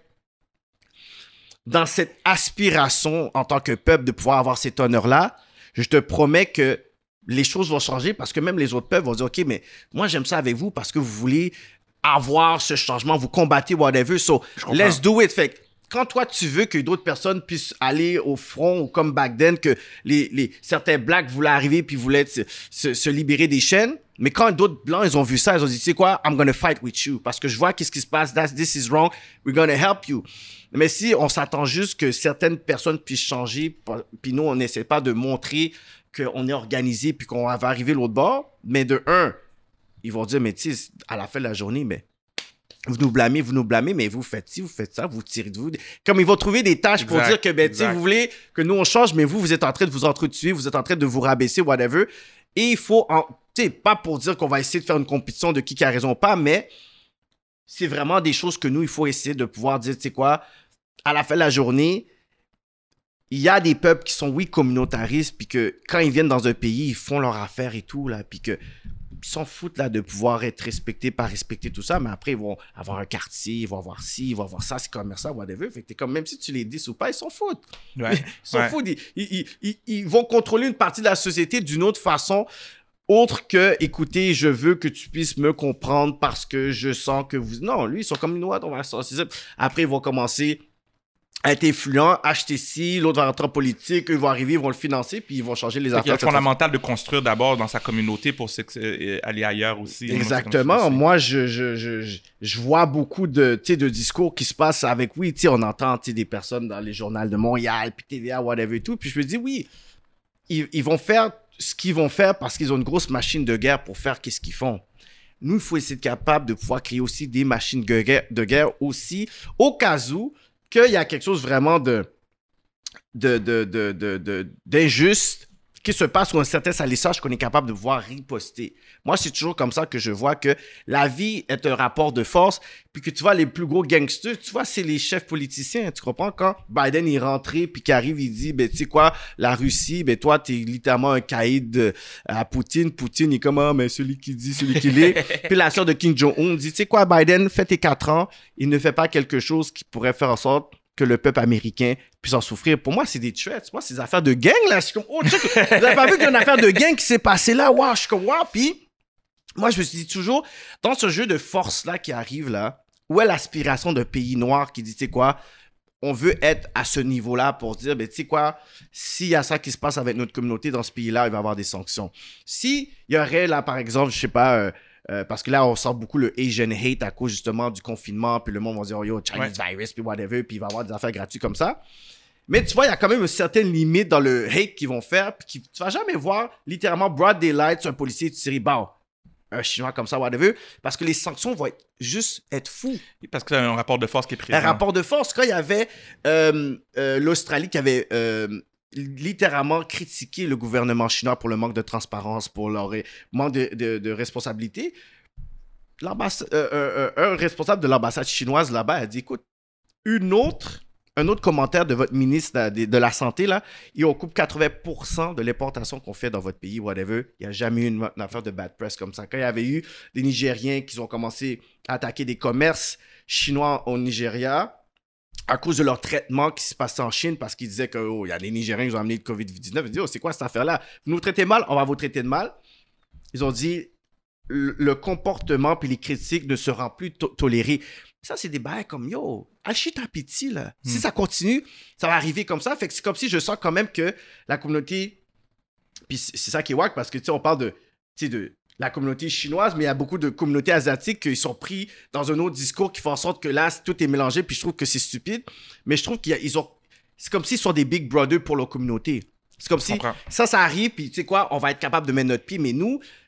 S2: dans cette aspiration en tant que peuple de pouvoir avoir cet honneur-là, je te promets que les choses vont changer parce que même les autres peuples vont dire, OK, mais moi, j'aime ça avec vous parce que vous voulez avoir ce changement, vous combattez whatever, so let's do it. Fait que quand toi, tu veux que d'autres personnes puissent aller au front ou comme back then, que les, les, certains blacks voulaient arriver puis voulaient se, se, se libérer des chaînes, mais quand d'autres blancs, ils ont vu ça, ils ont dit, tu sais quoi, I'm gonna fight with you parce que je vois qu'est-ce qui se passe, That's, this is wrong, we're gonna help you. Mais si on s'attend juste que certaines personnes puissent changer, puis nous, on n'essaie pas de montrer qu'on est organisé puis qu'on va arriver l'autre bord, mais de un, ils vont dire, mais tu sais, à la fin de la journée, mais vous nous blâmez, vous nous blâmez, mais vous faites ci, vous faites ça, vous tirez de vous. Comme ils vont trouver des tâches exact, pour dire que, ben, tu sais, vous voulez que nous, on change, mais vous, vous êtes en train de vous entretuer, vous êtes en train de vous rabaisser, whatever. Et il faut, tu sais, pas pour dire qu'on va essayer de faire une compétition de qui, qui a raison ou pas, mais c'est vraiment des choses que nous, il faut essayer de pouvoir dire, tu sais quoi, à la fin de la journée, il y a des peuples qui sont, oui, communautaristes, puis que quand ils viennent dans un pays, ils font leur affaire et tout, là, puis que ils s'en foutent, là, de pouvoir être respectés, pas respecter tout ça, mais après, ils vont avoir un quartier, ils vont avoir ci, ils vont avoir ça, c'est comme ça, whatever. Fait que t'es comme, même si tu les dis ou pas, ils s'en foutent.
S1: Ouais.
S2: Ils s'en
S1: ouais.
S2: foutent. Ils, ils, ils, ils vont contrôler une partie de la société d'une autre façon, autre que, écoutez, je veux que tu puisses me comprendre parce que je sens que vous... Non, lui, ils sont comme une ouate, on va sortir. Après, ils vont commencer à être influent, acheter ci, l'autre va rentrer en politique, eux vont arriver, ils vont le financer, puis ils vont changer les affaires.
S1: C'est fondamental de construire d'abord dans sa communauté pour aller ailleurs aussi.
S2: Exactement. Moi, je, je, je, je vois beaucoup de, de discours qui se passent avec, oui, on entend des personnes dans les journaux de Montréal, puis T V A, whatever et tout, puis je me dis, oui, ils, ils vont faire ce qu'ils vont faire parce qu'ils ont une grosse machine de guerre pour faire qu'est-ce qu'ils font. Nous, il faut essayer d'être capable de pouvoir créer aussi des machines de guerre, de guerre aussi, au cas où qu'il y a quelque chose vraiment de, de, de, de, de, de, d'injuste qui se passe ou un certain salissage qu'on est capable de voir riposter. Moi, c'est toujours comme ça que je vois que la vie est un rapport de force, puis que tu vois, les plus gros gangsters, tu vois, c'est les chefs politiciens, tu comprends? Quand Biden est rentré, puis qu'il arrive, il dit, ben, tu sais quoi, la Russie, ben, toi, t'es littéralement un caïd à Poutine. Poutine, il est comme, ah, mais celui qui dit, celui qui l'est. Puis la sœur de Kim Jong-un dit, tu sais quoi, Biden, fais tes quatre ans, il ne fait pas quelque chose qui pourrait faire en sorte que le peuple américain puisse en souffrir. Pour moi, c'est des threats. Moi, c'est des affaires de gang, là. Je suis comme, oh, check, vous n'avez pas vu qu'il y a une affaire de gang qui s'est passée là? Waouh, je suis comme, waouh. Puis, moi, je me suis dit toujours, dans ce jeu de force-là qui arrive là, où est l'aspiration d'un pays noir qui dit, tu sais quoi, on veut être à ce niveau-là pour dire, ben, tu sais quoi, s'il y a ça qui se passe avec notre communauté dans ce pays-là, il va y avoir des sanctions. S'il y aurait, là, par exemple, je sais pas, euh, Euh, parce que là, on sent beaucoup le Asian hate à cause justement du confinement, puis le monde va dire, oh yo, Chinese ouais. virus, puis whatever, puis il va y avoir des affaires gratuites comme ça. Mais tu vois, il y a quand même une certaine limite dans le hate qu'ils vont faire, puis qui, tu vas jamais voir littéralement broad daylight sur un policier, tu te dis, bon, un Chinois comme ça, whatever, parce que les sanctions vont être, juste être fous.
S1: Parce que y a un rapport de force qui est présent.
S2: Un rapport de force. Quand il y avait euh, euh, l'Australie qui avait... Euh, littéralement critiquer le gouvernement chinois pour le manque de transparence, pour leur manque de, de, de responsabilité. L'ambassade, euh, euh, un responsable de l'ambassade chinoise là-bas a dit, écoute, une autre, un autre commentaire de votre ministre de, de la Santé, là, il coupe quatre-vingts pour cent de l'importation qu'on fait dans votre pays, whatever. Il n'y a jamais eu une, une affaire de bad press comme ça. Quand il y avait eu des Nigériens qui ont commencé à attaquer des commerces chinois au Nigeria, à cause de leur traitement qui se passait en Chine, parce qu'ils disaient qu'il oh, y a des Nigériens qui ont amené le covid dix-neuf. Ils disaient, oh, c'est quoi cette affaire-là? Vous nous traitez mal, on va vous traiter de mal. Ils ont dit, le, le comportement puis les critiques ne seront plus to- tolérés. Ça, c'est des bails comme, yo, achète ta pitié, là. Hmm. Si ça continue, ça va arriver comme ça. Fait que c'est comme si je sens quand même que la communauté... Puis c'est, c'est ça qui est wack, parce que, tu sais, on parle de... Tu sais, de... la communauté chinoise, mais il y a beaucoup de communautés asiatiques qui sont pris dans un autre discours qui fait en sorte que là, tout est mélangé, puis je trouve que c'est stupide. Mais je trouve qu'ils ont... C'est comme s'ils sont des big brothers pour leur communauté. C'est comme si ça, ça arrive, puis tu sais quoi, on va être capable de mettre notre pied, mais nous,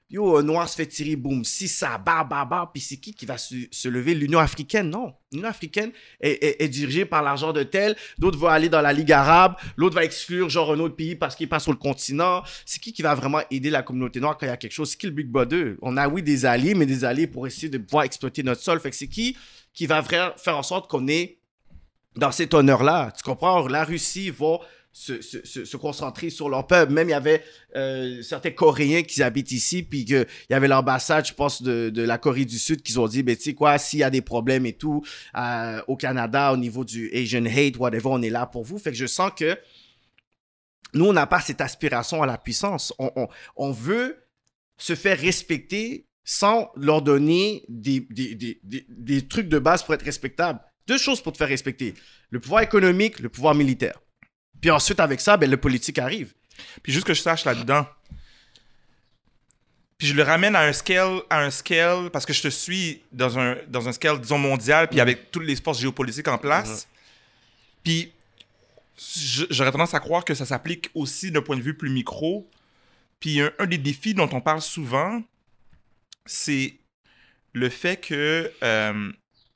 S2: Yo, un noir se fait tirer, boum, si ça, bah, bah, bah, puis c'est qui qui va se, se lever? L'Union africaine? Non. L'Union africaine est, est, est dirigée par l'argent de tel, l'autre va aller dans la Ligue arabe, l'autre va exclure genre un autre pays parce qu'il passe sur le continent. C'est qui qui va vraiment aider la communauté noire quand il y a quelque chose? C'est qui le Big Brother? On a, oui, des alliés, mais des alliés pour essayer de pouvoir exploiter notre sol. Fait que c'est qui qui va vraiment faire en sorte qu'on est dans cet honneur-là? Tu comprends? La Russie va... Se, se, se, se concentrer sur leur peuple. Même, il y avait euh, certains Coréens qui habitent ici, puis il y avait l'ambassade, je pense, de, de la Corée du Sud qui ont dit, ben, tu sais quoi, s'il y a des problèmes et tout, euh, au Canada, au niveau du Asian hate, whatever, on est là pour vous. Fait que je sens que nous, on n'a pas cette aspiration à la puissance. On, on, on veut se faire respecter sans leur donner des, des, des, des, des trucs de base pour être respectable. Deux choses pour te faire respecter. Le pouvoir économique, le pouvoir militaire. Puis ensuite, avec ça, ben, le politique arrive.
S1: Puis juste que je sache là-dedans, puis je le ramène à un scale, à un scale parce que je te suis dans un, dans un scale, disons, mondial, puis mmh. avec toutes les forces géopolitiques en place. Mmh. Puis j'aurais tendance à croire que ça s'applique aussi d'un point de vue plus micro. Puis un, un des défis dont on parle souvent, c'est le fait que, euh,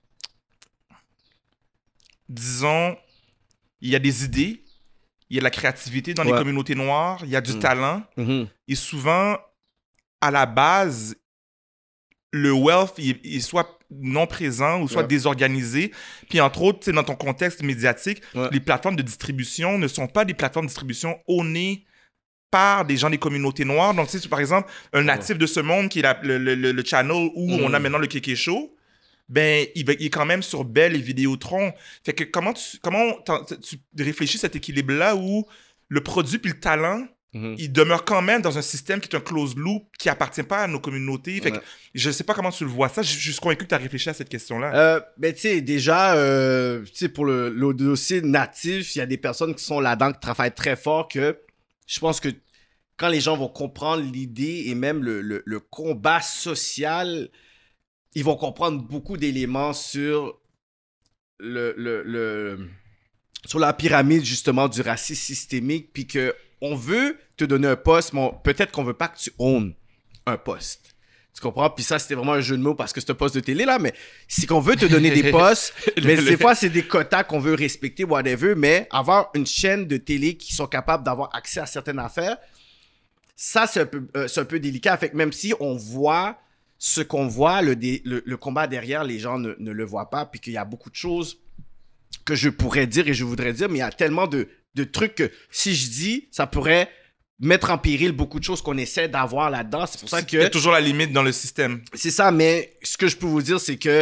S1: disons, il y a des idées, il y a de la créativité dans ouais. les communautés noires, il y a du mmh. talent. Mmh. Et souvent, à la base, le wealth, il, il soit non présent ou soit ouais. désorganisé. Puis entre autres, dans ton contexte médiatique, ouais. les plateformes de distribution ne sont pas des plateformes de distribution honnées par des gens des communautés noires. Donc, tu sais, par exemple, un natif ouais. de ce monde qui est la, le, le, le channel où mmh. on a maintenant le Kéké Show, ben, il, va, il est quand même sur Bell et Vidéotron. Fait que comment tu, comment tu réfléchis à cet équilibre-là où le produit puis le talent, mm-hmm. il demeure quand même dans un système qui est un closed loop qui appartient pas à nos communautés. Fait ouais. que je sais pas comment tu le vois ça. Je, je suis convaincu que tu as réfléchi à cette question-là.
S2: Euh, ben, tu sais, déjà, euh, tu sais, pour le, le dossier natif, il y a des personnes qui sont là-dedans qui travaillent très fort que je pense que quand les gens vont comprendre l'idée et même le, le, le combat social, ils vont comprendre beaucoup d'éléments sur le, le, le, sur la pyramide, justement, du racisme systémique, puis qu'on veut te donner un poste, mais on, peut-être qu'on veut pas que tu owns un poste. Tu comprends? Puis ça, c'était vraiment un jeu de mots parce que c'est un poste de télé, là, mais c'est qu'on veut te donner des postes, mais des fois, c'est des quotas qu'on veut respecter, whatever, mais avoir une chaîne de télé qui sont capables d'avoir accès à certaines affaires, ça, c'est un peu, euh, c'est un peu délicat. Fait que même si on voit ce qu'on voit, le, dé, le, le combat derrière, les gens ne, ne le voient pas, puis qu'il y a beaucoup de choses que je pourrais dire et je voudrais dire, mais il y a tellement de, de trucs que si je dis, ça pourrait mettre en péril beaucoup de choses qu'on essaie d'avoir là-dedans. C'est pour ça que...
S1: Il y a toujours la limite dans le système.
S2: C'est ça, mais ce que je peux vous dire, c'est que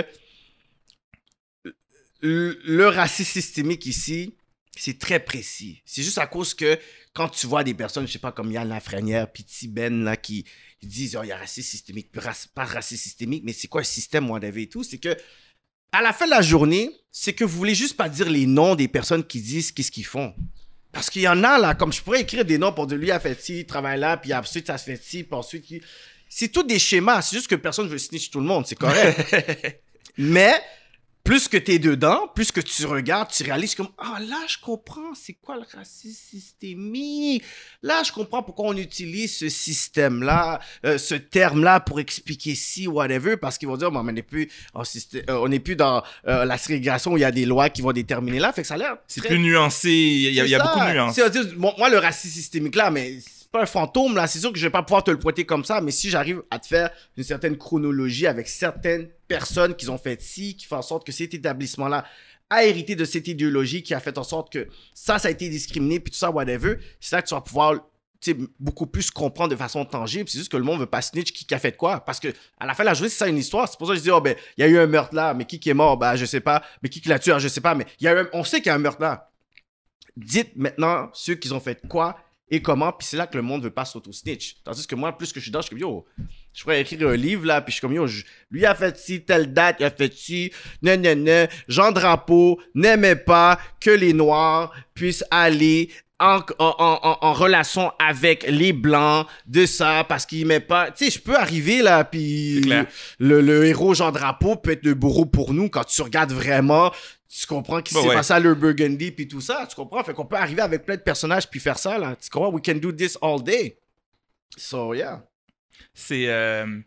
S2: le, le racisme systémique ici, c'est très précis. C'est juste à cause que quand tu vois des personnes, je sais pas, comme Yann Lafrenière, puis Tiben, là, qui ils disent, oh, il y a racisme systémique, pas racisme systémique, mais c'est quoi le système, moi, et tout, c'est que à la fin de la journée, c'est que vous voulez juste pas dire les noms des personnes qui disent qu'est-ce qu'ils font. Parce qu'il y en a, là, comme je pourrais écrire des noms pour dire, lui, il a fait ci, il travaille là, puis ensuite, ça se fait ci, puis ensuite, il... c'est tout des schémas. C'est juste que personne veut snitch tout le monde, c'est correct. Mais... plus que tu es dedans, plus que tu regardes, tu réalises comme « Ah, oh, là, je comprends, c'est quoi le racisme systémique? Là, je comprends pourquoi on utilise ce système-là, euh, ce terme-là pour expliquer ci, whatever, parce qu'ils vont dire bon, « on n'est plus, en système, euh, on n'est plus dans euh, la ségrégation où il y a des lois qui vont déterminer là. » Fait que ça a l'air
S1: C'est
S2: très...
S1: plus nuancé, il y a, il y a beaucoup de nuances.
S2: C'est, c'est, bon, moi, le racisme systémique-là, mais... c'est pas un fantôme, là. C'est sûr que je vais pas pouvoir te le pointer comme ça, mais si j'arrive à te faire une certaine chronologie avec certaines personnes qui ont fait ci, qui font en sorte que cet établissement-là a hérité de cette idéologie qui a fait en sorte que ça, ça a été discriminé, puis tout ça, whatever, c'est là que tu vas pouvoir, tu sais, beaucoup plus comprendre de façon tangible. C'est juste que le monde veut pas snitch qui, qui a fait quoi. Parce que à la fin de la journée, c'est ça une histoire. C'est pour ça que je dis, oh, ben, il y a eu un meurtre là, mais qui qui est mort? Ben, je sais pas. Mais qui qui l'a tué? Je sais pas. Mais il y a eu un... on sait qu'il y a un meurtre là. Dites maintenant ceux qui ont fait quoi et comment, puis c'est là que le monde veut pas s'auto-snitch. Tandis que moi, plus que je suis dedans, je suis comme, yo, je pourrais écrire un livre, là, puis je suis comme, yo, je, lui a fait ci, telle date, il a fait ci, nan, nan, nan. Jean Drapeau n'aimait pas que les Noirs puissent aller en, en, en, en relation avec les Blancs de ça, parce qu'il aimait pas... Tu sais, je peux arriver, là, puis le, le héros Jean Drapeau peut être le bourreau pour nous quand tu regardes vraiment... Tu comprends qu'il bah s'est ouais. passé à le Burgundy puis tout ça, tu comprends? Fait qu'on peut arriver avec plein de personnages puis faire ça, là. Tu comprends? We can do this all day. So, yeah.
S1: C'est... euh,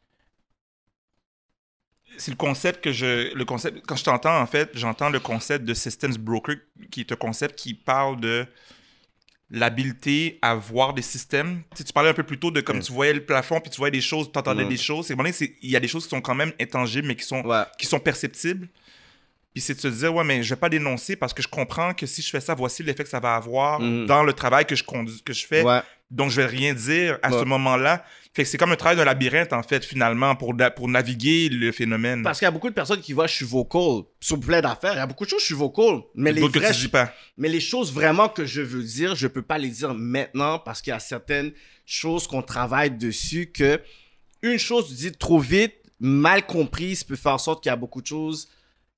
S1: c'est le concept que je... Le concept, quand je t'entends, en fait, j'entends le concept de Systems Broker, qui est un concept qui parle de l'habileté à voir des systèmes. Tu sais, tu parlais un peu plus tôt de comme
S2: Mm.
S1: tu voyais le plafond, puis tu voyais des choses, tu entendais
S2: Mm.
S1: des choses. C'est, à un moment donné, c'est- il y a des choses qui sont quand même intangibles, mais qui sont,
S2: Ouais.
S1: qui sont perceptibles. Puis c'est de se dire, ouais, mais je vais pas dénoncer parce que je comprends que si je fais ça, voici l'effet que ça va avoir
S2: Mhm.
S1: dans le travail que je, conduis, que je fais.
S2: Ouais.
S1: Donc, je vais rien dire à
S2: Ouais.
S1: ce moment-là. Fait que c'est comme un travail d'un labyrinthe, en fait, finalement, pour, na- pour naviguer le phénomène.
S2: Parce qu'il y a beaucoup de personnes qui voient je suis vocal sur plein d'affaires. Il y a beaucoup de choses je suis vocal. Mais les,
S1: D'autres que
S2: vraies,
S1: tu dis pas.
S2: mais les choses vraiment que je veux dire, je peux pas les dire maintenant parce qu'il y a certaines choses qu'on travaille dessus que une chose dite trop vite, mal comprise, peut faire en sorte qu'il y a beaucoup de choses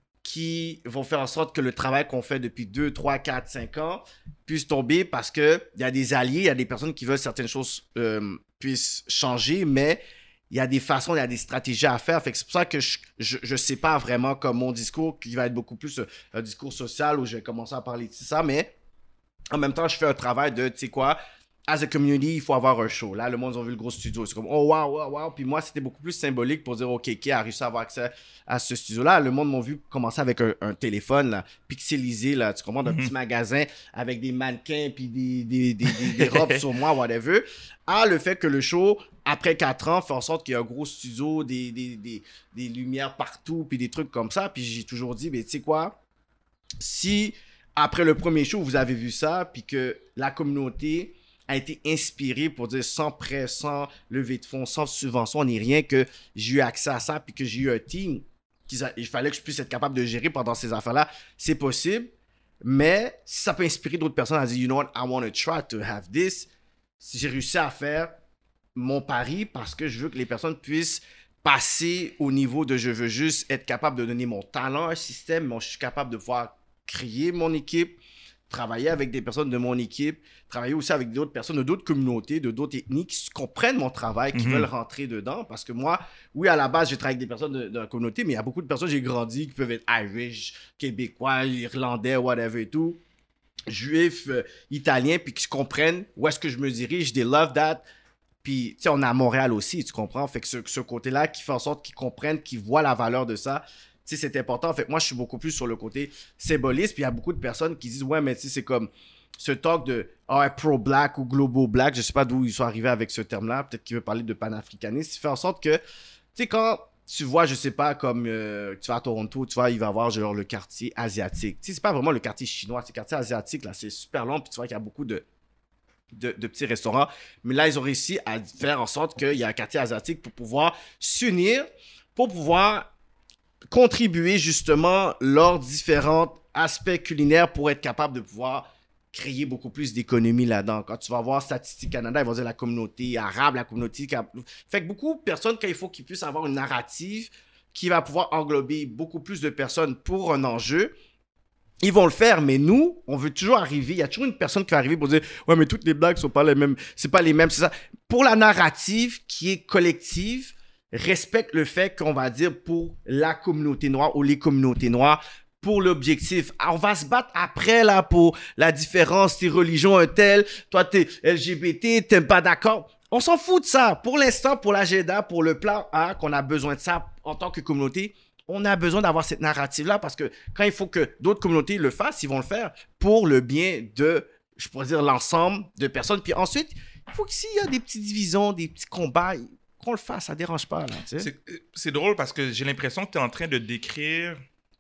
S2: qui vont faire en sorte que le travail qu'on fait depuis deux, trois, quatre, cinq ans puisse tomber parce qu'il y a des alliés, il y a des personnes qui veulent certaines choses euh, puissent changer, mais il y a des façons, il y a des stratégies à faire. Fait que c'est pour ça que je, je, je sais pas vraiment comme mon discours qui va être beaucoup plus euh, un discours social où je vais commencer à parler de ça, mais en même temps, je fais un travail de, tu sais quoi, as a community, il faut avoir un show. Là, le monde, ils ont vu le gros studio. C'est comme, oh, wow, wow, wow. Puis moi, c'était beaucoup plus symbolique pour dire, OK, qui a réussi à avoir accès à ce studio-là. Le monde m'a vu commencer avec un, un téléphone, là, pixelisé, là, tu comprends, d'un
S1: Mhm.
S2: petit magasin avec des mannequins puis des, des, des, des, des robes sur moi, whatever. À le fait que le show, après quatre ans, fait en sorte qu'il y a un gros studio, des, des, des, des lumières partout, puis des trucs comme ça. Puis j'ai toujours dit, mais tu sais quoi, si après le premier show, vous avez vu ça, puis que la communauté a été inspirée pour dire sans prêt, sans levée de fonds, sans subvention, ni rien, que j'ai eu accès à ça, puis que j'ai eu un team, qu'il a- il fallait que je puisse être capable de gérer pendant ces affaires-là. C'est possible, mais si ça peut inspirer d'autres personnes à dire, you know what, I want to try to have this, si j'ai réussi à faire mon pari parce que je veux que les personnes puissent passer au niveau de je veux juste être capable de donner mon talent à un système, mais je suis capable de pouvoir créer mon équipe, travailler avec des personnes de mon équipe, travailler aussi avec d'autres personnes de d'autres communautés, de d'autres ethnies qui comprennent mon travail, qui
S1: Mhm.
S2: veulent rentrer dedans. Parce que moi, oui, à la base, j'ai travaillé avec des personnes de, de la communauté, mais il y a beaucoup de personnes, j'ai grandi, qui peuvent être Irish, Québécois, Irlandais, whatever et tout, Juifs, euh, Italiens, puis qui comprennent où est-ce que je me dirige, they love that. Puis, tu sais, on est à Montréal aussi, tu comprends? Fait que ce, ce côté-là qui fait en sorte qu'ils comprennent, qu'ils voient la valeur de ça, tu sais, c'est important. Fait que moi, je suis beaucoup plus sur le côté symboliste. Puis, il y a beaucoup de personnes qui disent, ouais, mais tu sais, c'est comme ce talk de oh, pro-black ou global-black. Je sais pas d'où ils sont arrivés avec ce terme-là. Peut-être qu'ils veulent parler de panafricanisme. Ça fait en sorte que, tu sais, quand tu vois, je sais pas, comme euh, tu vas à Toronto, tu vois, il va y avoir genre le quartier asiatique. Tu sais, c'est pas vraiment le quartier chinois, c'est le quartier asiatique, là. C'est super long. Puis, tu vois qu'il y a beaucoup de. De, de petits restaurants. Mais là, ils ont réussi à faire en sorte qu'il y a un quartier asiatique pour pouvoir s'unir, pour pouvoir contribuer justement leurs différents aspects culinaires pour être capable de pouvoir créer beaucoup plus d'économie là-dedans. Quand tu vas voir Statistique Canada, ils vont dire la communauté arabe, la communauté... Fait que beaucoup de personnes, quand il faut qu'ils puissent avoir une narrative qui va pouvoir englober beaucoup plus de personnes pour un enjeu, ils vont le faire, mais nous, on veut toujours arriver. Il y a toujours une personne qui va arriver pour dire ouais, mais toutes les blagues sont pas les mêmes. C'est pas les mêmes, c'est ça. Pour la narrative qui est collective, respecte le fait qu'on va dire pour la communauté noire ou les communautés noires, pour l'objectif. Ah, on va se battre après là pour la différence, tes religions, un tel, toi t'es L G B T, t'es pas d'accord. On s'en fout de ça. Pour l'instant, pour l'agenda, pour le plan A, qu'on a besoin de ça en tant que communauté, on a besoin d'avoir cette narrative-là parce que quand il faut que d'autres communautés le fassent, ils vont le faire pour le bien de, je pourrais dire, l'ensemble de personnes. Puis ensuite, il faut que s'il y a des petites divisions, des petits combats, qu'on le fasse, ça dérange pas. Là, tu sais.
S1: C'est, c'est drôle parce que j'ai l'impression que tu es en train de décrire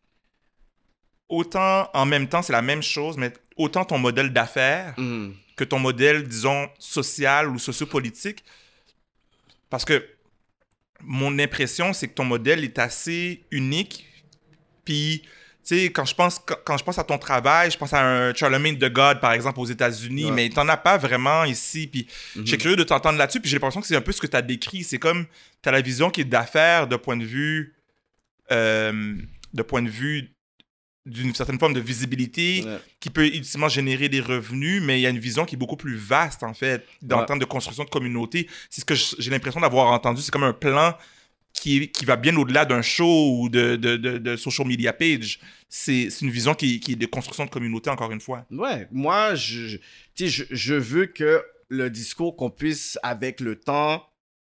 S1: autant, en même temps, c'est la même chose, mais autant ton modèle d'affaires
S2: Mm.
S1: que ton modèle, disons, social ou sociopolitique. Parce que mon impression, c'est que ton modèle est assez unique. Puis, tu sais, quand je pense quand, quand je pense à ton travail, je pense à un Charlemagne the God, par exemple, aux États-Unis,
S2: Ouais.
S1: mais t'en as pas vraiment ici. Puis,
S2: Mhm.
S1: je suis curieux de t'entendre là-dessus. Puis, j'ai l'impression que c'est un peu ce que tu as décrit. C'est comme, tu as la vision qui est d'affaires de point de vue, euh, de point de vue d'une certaine forme de visibilité
S2: Ouais.
S1: qui peut ultimement générer des revenus, mais il y a une vision qui est beaucoup plus vaste, en fait, dans
S2: Ouais.
S1: termes de construction de communauté. C'est ce que je- j'ai l'impression d'avoir entendu. C'est comme un plan qui, est- qui va bien au-delà d'un show ou de, de, de, de social media page. C'est c'est une vision qui, qui est de construction de communauté, encore une fois.
S2: Ouais, moi, je, je, tu sais, je, je veux que le discours qu'on puisse, avec le temps,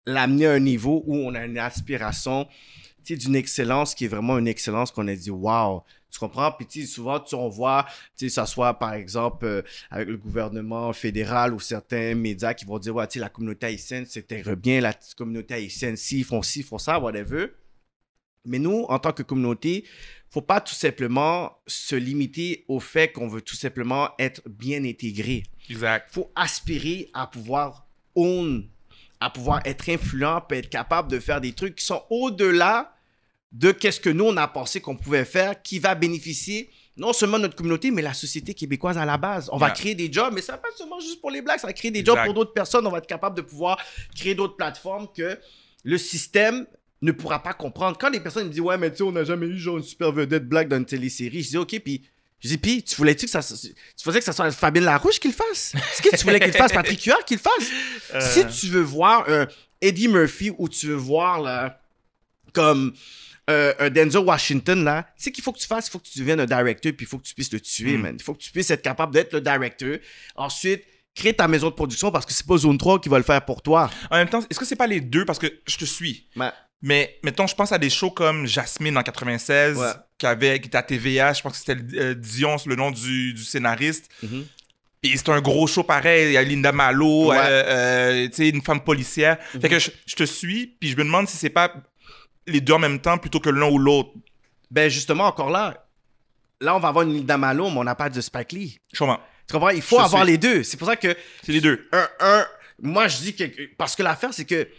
S2: l'amener à un niveau où on a une aspiration, tu sais, d'une excellence qui est vraiment une excellence qu'on a dit, wow, tu comprends? Puis, tu sais, souvent, tu sais, on voit, tu sais, ça soit, par exemple, euh, avec le gouvernement fédéral ou certains médias qui vont dire, ouais, tu sais, la communauté haïtienne s'intègre bien, la communauté haïtienne, ci, ils font ci, ils font ça, whatever. Mais nous, en tant que communauté, faut pas tout simplement se limiter au fait qu'on veut tout simplement être bien intégré.
S1: Exact.
S2: Faut aspirer à pouvoir own, à pouvoir être influent, puis être capable de faire des trucs qui sont au-delà de qu'est-ce que nous, on a pensé qu'on pouvait faire, qui va bénéficier non seulement notre communauté, mais la société québécoise à la base. On va
S1: Yeah.
S2: créer des jobs, mais ça va pas seulement juste pour les Blacks, ça va créer des
S1: Exact.
S2: jobs pour d'autres personnes. On va être capable de pouvoir créer d'autres plateformes que le système ne pourra pas comprendre. Quand les personnes me disent « Ouais, mais tu sais, on n'a jamais eu genre une super vedette Black dans une télésérie », je dis « Ok, puis... » Je dis « Puis, tu voulais-tu que ça... Tu faisais que ça soit Fabienne Larouche qui le fasse? Est-ce que tu voulais qu'il le fasse Patrick Huard qui le fasse?
S1: Euh...
S2: Si tu veux voir euh, Eddie Murphy ou tu veux voir, là, comme... Euh, un Denzel Washington, là, tu sais qu'il faut que tu fasses, il faut que tu deviennes un directeur, puis il faut que tu puisses le tuer, mm. man. Il faut que tu puisses être capable d'être le directeur. Ensuite, crée ta maison de production parce que c'est pas Zone trois qui va le faire pour toi.
S1: En même temps, est-ce que c'est pas les deux? Parce que je te suis.
S2: Ouais.
S1: Mais, mettons, je pense à des shows comme Jasmine en quatre-vingt-seize,
S2: ouais.
S1: qui, avait, qui était à T V A, je pense que c'était euh, Dion, le nom du, du scénariste.
S2: Mm-hmm.
S1: Et c'est un gros show pareil, il y a Linda Malo,
S2: ouais.
S1: euh, euh, tu sais, une femme policière. Mm-hmm. Fait que je, je te suis, puis je me demande si c'est pas les deux en même temps plutôt que l'un ou l'autre.
S2: Ben justement, encore là, là on va avoir une Linda Malo, mais on n'a pas de Spike Lee.
S1: Je comprends.
S2: Tu comprends? Il faut
S1: je
S2: avoir
S1: suis...
S2: les deux. C'est pour ça que...
S1: C'est les deux.
S2: Un, un, moi, je dis que... Parce que l'affaire, c'est que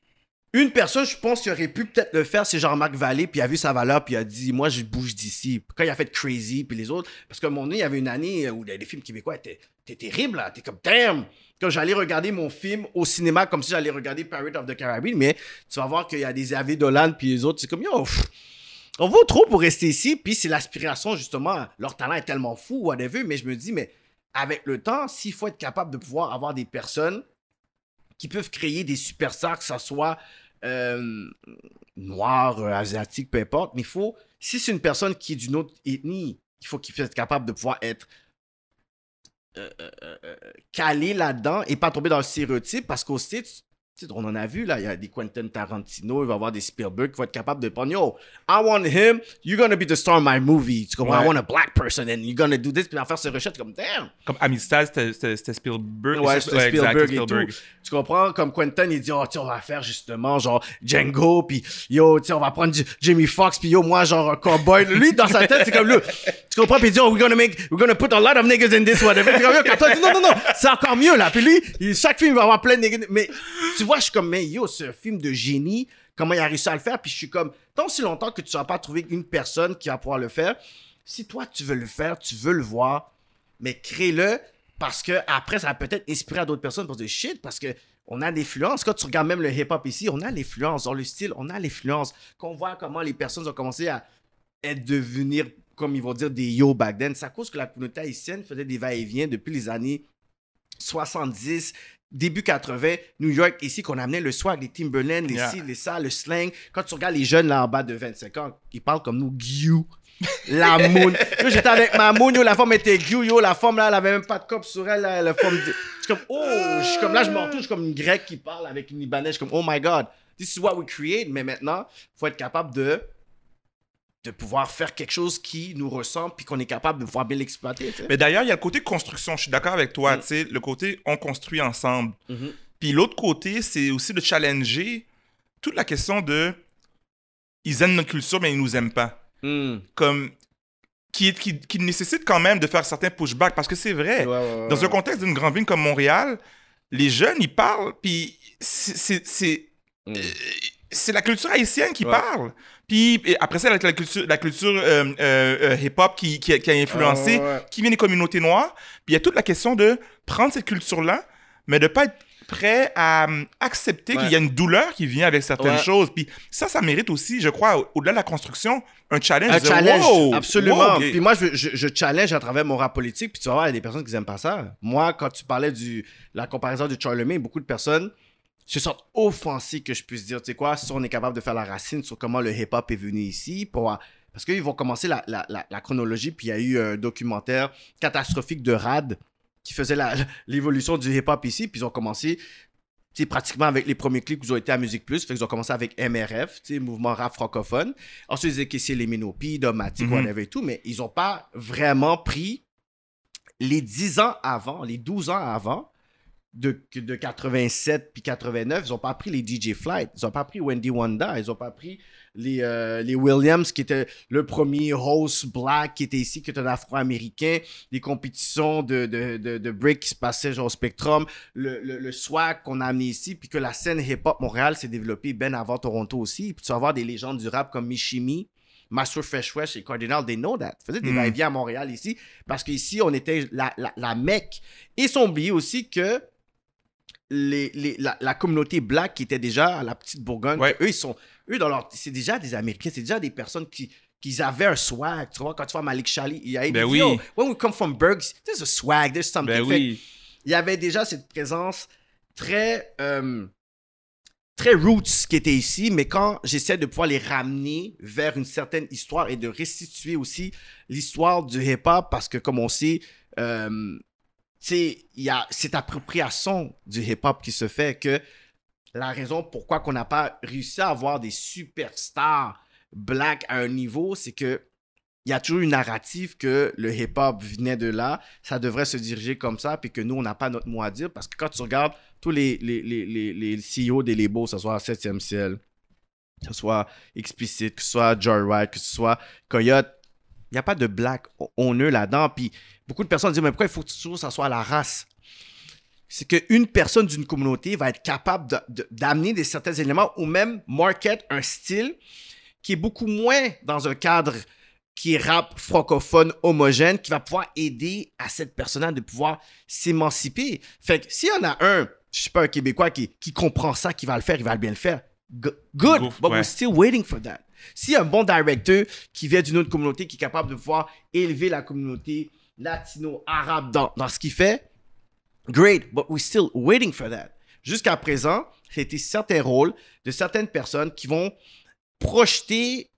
S2: une personne, je pense, qui aurait pu peut-être le faire, c'est Jean-Marc Vallée, puis il a vu sa valeur, puis il a dit, moi, je bouge d'ici. Quand il a fait Crazy, puis les autres, parce qu'à un moment donné, il y avait une année où les films québécois étaient, étaient terribles, là. T'es comme, damn! Quand j'allais regarder mon film au cinéma, comme si j'allais regarder Pirates of the Caribbean, mais tu vas voir qu'il y a des Hervé Dolan, puis les autres, c'est comme, yo, pff, on vaut trop pour rester ici, puis c'est l'aspiration, justement, leur talent est tellement fou, whatever, mais je me dis, mais avec le temps, s'il faut être capable de pouvoir avoir des personnes qui peuvent créer des superstars, que ça soit euh, noir, euh, asiatique, peu importe, mais il faut, si c'est une personne qui est d'une autre ethnie, il faut qu'il puisse être capable de pouvoir être euh, euh, euh, calé là-dedans et pas tomber dans le stéréotype, parce qu'au States, on en a vu, là, il y a des Quentin Tarantino, il va y avoir des Spielberg qui vont être capables de prendre, yo, I want him, you're gonna be the star of my movie. Tu comprends? Ouais. I want a black person and you're gonna do this, puis en faire ses recherches, comme, damn.
S1: Comme Amistad, c'était Spielberg.
S2: Ouais, c'était
S1: ouais,
S2: Spielberg,
S1: exact,
S2: et
S1: Spielberg.
S2: tout. Tu comprends? Comme Quentin, il dit, oh, tu sais, on va faire justement, genre, Django, puis yo, tu sais, on va prendre Jamie Foxx, puis yo, moi, genre, un cowboy. Lui, dans sa tête, c'est comme, lui, tu comprends? Puis il dit, oh, we're gonna make, we're gonna put a lot of niggas in this one. Puis comme, yo, Quentin dit, non, non, non, c'est encore mieux, là. Puis lui, il, chaque film, il va avoir plein de niggas. Mais tu vois, je suis comme, mais yo, c'est un film de génie. Comment il a réussi à le faire? Puis je suis comme, tant aussi longtemps que tu n'as pas trouvé une personne qui va pouvoir le faire, si toi, tu veux le faire, tu veux le voir, mais crée-le. Parce que après, ça va peut-être inspirer à d'autres personnes pour dire shit, parce que on a l'influence. Quand tu regardes même le hip-hop ici, on a l'influence. Dans le style, on a l'influence. Qu'on voit comment les personnes ont commencé à être devenir, comme ils vont dire, des yo back then. C'est à cause que la communauté haïtienne faisait des va-et-vient depuis les années soixante-dix, début quatre-vingts, New York, ici, qu'on amenait le swag, les Timberland, les
S1: yeah.
S2: ci, les ça, le slang. Quand tu regardes les jeunes là en bas de vingt-cinq ans, ils parlent comme nous, Guillou. La moune. Yo, j'étais avec ma moune, yo, la femme était gueux, yo, la femme là, elle avait même pas de cop sur elle, là, la femme. De... Je suis comme, oh, je suis comme là, je m'en touche comme une grecque qui parle avec une libanaise, je suis comme, oh my god, this is what we create, mais maintenant, il faut être capable de, de pouvoir faire quelque chose qui nous ressemble, puis qu'on est capable de pouvoir bien l'exploiter. T'sais.
S1: Mais d'ailleurs, il y a le côté construction, je suis d'accord avec toi,
S2: mm.
S1: tu sais, le côté on construit ensemble.
S2: Mm-hmm.
S1: Puis l'autre côté, c'est aussi de challenger toute la question de, ils aiment notre culture, mais ils nous aiment pas. Mm. Comme qui, qui, qui nécessite quand même de faire certains pushbacks parce que c'est vrai,
S2: ouais, ouais, ouais,
S1: dans
S2: ouais.
S1: un contexte d'une grande ville comme Montréal, les jeunes ils parlent puis c'est c'est, c'est, mm. euh, c'est la culture haïtienne qui ouais. parle, puis après ça la, la culture, la culture euh, euh, hip-hop qui, qui, qui a influencé, ouais, ouais, ouais. qui vient des communautés noires, puis il y a toute la question de prendre cette culture là mais de pas être prêt à um, accepter ouais. qu'il y a une douleur qui vient avec certaines ouais. choses. Puis ça, ça mérite aussi, je crois, au- au-delà de la construction, un challenge.
S2: Un
S1: de,
S2: challenge,
S1: wow,
S2: absolument.
S1: wow.
S2: Puis moi, je, je, je challenge à travers mon rap politique, puis tu vas voir, il y a des personnes qui n'aiment pas ça. Moi, quand tu parlais de la comparaison de Charlemagne, beaucoup de personnes se sentent offensées que je puisse dire, tu sais quoi, si on est capable de faire la racine sur comment le hip-hop est venu ici, pour... parce qu'ils vont commencer la, la, la, la chronologie, puis il y a eu un documentaire catastrophique de Rad qui faisait la, l'évolution du hip-hop ici, puis ils ont commencé... sais, pratiquement avec les premiers clips qu'ils ont été à Musique Plus. Fait qu'ils ont commencé avec M R F, tu sais, Mouvement Rap Francophone. Ensuite, ils ont essayé les Ménopies, Domatic, mm-hmm. whatever et tout, mais ils n'ont pas vraiment pris les dix ans avant, les douze ans avant, de, de quatre-vingt-sept puis quatre-vingt-neuf, ils n'ont pas pris les D J Flight, ils n'ont pas pris Wendy Wanda, ils n'ont pas pris les, euh, les Williams, qui était le premier host black qui était ici, qui était un afro-américain, des compétitions de, de, de, de break qui se passaient genre au Spectrum, le, le, le swag qu'on a amené ici, puis que la scène hip-hop Montréal s'est développée bien avant Toronto aussi. Puis tu vas voir des légendes du rap comme Mishimi, Master Fresh Fresh et Cardinal, they know that. Ils faisaient des mm. va-et-vient à Montréal ici, parce qu'ici, on était la, la, la Mecque. Et ils ont oublié aussi que Les, les, la, la communauté black qui était déjà à la petite Bourgogne, ouais. eux, ils sont, eux dans leur, c'est déjà des Américains, c'est déjà des personnes qui, qui avaient un swag. Tu vois, quand tu vois Malik Shali, il y a
S1: ben
S2: dit,
S1: oui.
S2: oh, when we come from Bergs, there's a swag, there's something.
S1: Ben oui.
S2: Il y avait déjà cette présence très, euh, très roots qui était ici, mais quand j'essaie de pouvoir les ramener vers une certaine histoire et de restituer aussi l'histoire du hip-hop, parce que comme on sait, euh, il y a cette appropriation du hip-hop qui se fait que la raison pourquoi on n'a pas réussi à avoir des superstars black à un niveau, c'est que il y a toujours une narrative que le hip-hop venait de là, ça devrait se diriger comme ça, puis que nous, on n'a pas notre mot à dire, parce que quand tu regardes tous les, les, les, les, les C E O des labels, que ce soit septième Ciel, que ce soit Explicit, que ce soit Joyride, que ce soit Coyote, il n'y a pas de black owner là-dedans, puis beaucoup de personnes disent, mais pourquoi il faut toujours que ça soit la race? C'est qu'une personne d'une communauté va être capable de, de, d'amener des certains éléments ou même market un style qui est beaucoup moins dans un cadre qui est rap francophone homogène, qui va pouvoir aider à cette personne-là de pouvoir s'émanciper. Fait que s'il y en a un, je sais pas, un Québécois qui, qui comprend ça, qui va le faire, il va bien le faire. Good, Go, but ouais. we're still waiting for that. S'il y a un bon directeur qui vient d'une autre communauté, qui est capable de pouvoir élever la communauté latino-arabe dans, dans ce qu'il fait, great, but we're still waiting for that. Jusqu'à présent, c'était certains rôles de certaines personnes qui vont projeter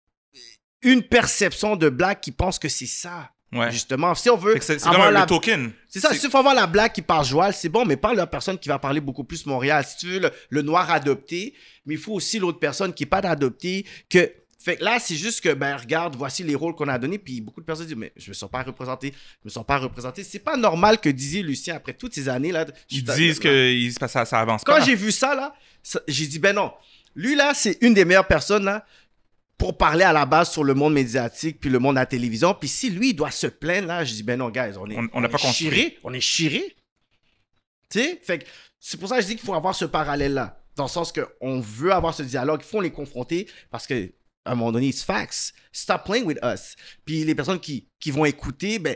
S2: une perception de black qui pense que c'est ça. Ouais. Justement, si on veut
S1: c'est, c'est avoir comme la... le token.
S2: C'est ça, c'est... si on veut avoir la black qui parle Joal, c'est bon, mais pas la personne qui va parler beaucoup plus Montréal. Si tu veux le, le noir adopté, mais il faut aussi l'autre personne qui n'est pas adoptée. Que... Fait que là, c'est juste que, ben, regarde, voici les rôles qu'on a donnés, puis beaucoup de personnes disent, mais je me sens pas représenté, je me sens pas représenté. C'est pas normal que Didier Lucien, après toutes ces années, là...
S1: Ils disent que ça, ça avance
S2: Quand
S1: pas.
S2: Quand j'ai vu ça, là, ça, j'ai dit, ben non, lui, là, c'est une des meilleures personnes, là, pour parler à la base sur le monde médiatique puis le monde à la télévision. Puis si lui, il doit se plaindre, là, je dis, ben non, guys, on est,
S1: on, on, on
S2: est chiré. On est chiré. Tu sais? Fait que c'est pour ça que je dis qu'il faut avoir ce parallèle-là. Dans le sens qu'on veut avoir ce dialogue. Il faut les confronter parce qu'à un moment donné, it's facts. Stop playing with us. Puis les personnes qui, qui vont écouter, ben,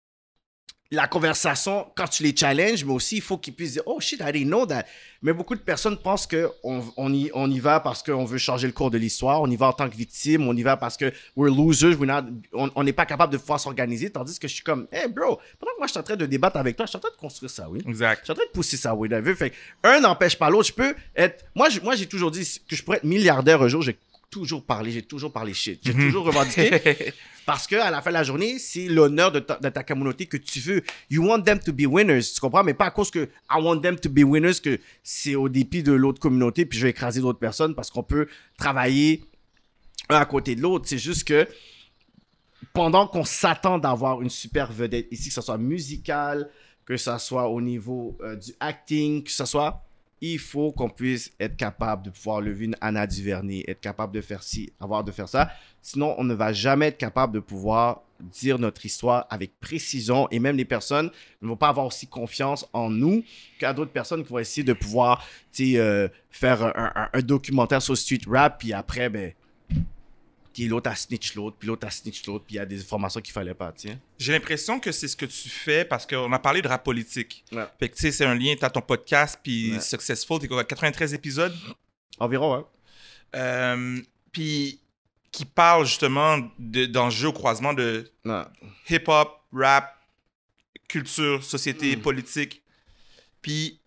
S2: la conversation, quand tu les challenges, mais aussi, il faut qu'ils puissent dire « Oh shit, I didn't know that ». Mais beaucoup de personnes pensent qu'on on y, on y va parce qu'on veut changer le cours de l'histoire, on y va en tant que victime, on y va parce que we're losers, we're not, on n'est pas capable de pouvoir s'organiser, tandis que je suis comme « Hey bro, pendant que moi je suis en train de débattre avec toi, je suis en train de construire ça, oui. »
S1: Exact.
S2: Je suis en train de pousser ça, oui. Fait un n'empêche pas l'autre. Je peux être... Moi, je, moi, j'ai toujours dit que je pourrais être milliardaire un jour, j'ai toujours parlé, j'ai toujours parlé shit, j'ai mm-hmm. toujours revendiqué. Parce qu'à la fin de la journée, c'est l'honneur de ta, de ta communauté que tu veux. You want them to be winners, tu comprends? Mais pas à cause que I want them to be winners que c'est au dépit de l'autre communauté puis je vais écraser d'autres personnes parce qu'on peut travailler un à côté de l'autre. C'est juste que pendant qu'on s'attend d'avoir une super vedette ici, que ce soit musical, que ce soit au niveau euh, du acting, que ce soit... Il faut qu'on puisse être capable de pouvoir lever une Anna Duvernay, être capable de faire ci, avoir de faire ça. Sinon, on ne va jamais être capable de pouvoir dire notre histoire avec précision. Et même les personnes ne vont pas avoir aussi confiance en nous qu'à d'autres personnes qui vont essayer de pouvoir euh, faire un, un, un documentaire sur street rap. Puis après, ben, l'autre a snitch l'autre, puis l'autre a snitch l'autre, puis il y a des informations qu'il fallait pas, tiens.
S1: J'ai l'impression que c'est ce que tu fais parce qu'on a parlé de rap politique.
S2: Ouais.
S1: Fait que tu sais, c'est un lien, t'as ton podcast, puis
S2: ouais.
S1: Successful, t'es quoi, quatre-vingt-treize épisodes?
S2: Environ, ouais.
S1: Euh, puis qui parle justement de, d'enjeux au croisement de ouais. hip-hop, rap, culture, société, mm. politique. Puis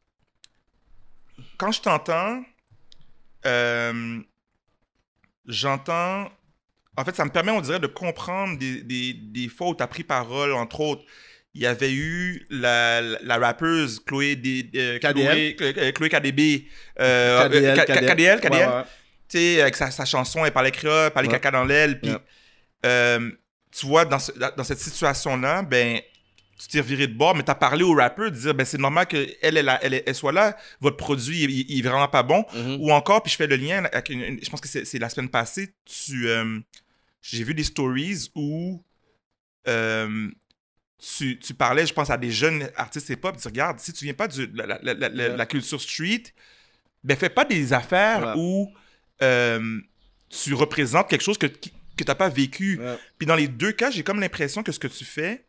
S1: quand je t'entends, euh, j'entends... En fait, ça me permet, on dirait, de comprendre des, des, des fois où tu as pris parole, entre autres. il y avait eu la, la, la rappeuse Chloé, D, euh,
S2: K D L.
S1: Chloé, Chloé, Chloé K D B. Euh,
S2: K D L,
S1: euh, K-
S2: K D L.
S1: K D L, K D L.
S2: Ouais, ouais.
S1: Tu sais, avec sa, sa chanson, elle parlait créole, elle parlait
S2: Ouais.
S1: caca dans l'aile. Puis,
S2: Ouais.
S1: euh, tu vois, dans, ce, dans cette situation-là, ben, tu t'es reviré de bord, mais tu as parlé au rappeur de dire, ben, c'est normal qu'elle elle, elle, elle, elle soit là, votre produit, il, il est vraiment pas bon.
S2: Mhm.
S1: Ou encore, puis je fais le lien avec une, une- je pense que c'est c'est la semaine passée, tu, euh, j'ai vu des stories où euh, tu, tu parlais, je pense, à des jeunes artistes hip-hop, tu dis, regarde, si tu viens pas de la, la, la, la,
S2: Ouais.
S1: la culture street, ben fais pas des affaires
S2: Ouais.
S1: où euh, tu représentes quelque chose que, que tu n'as pas vécu.
S2: Ouais.
S1: Puis dans les deux cas, j'ai comme l'impression que ce que tu fais,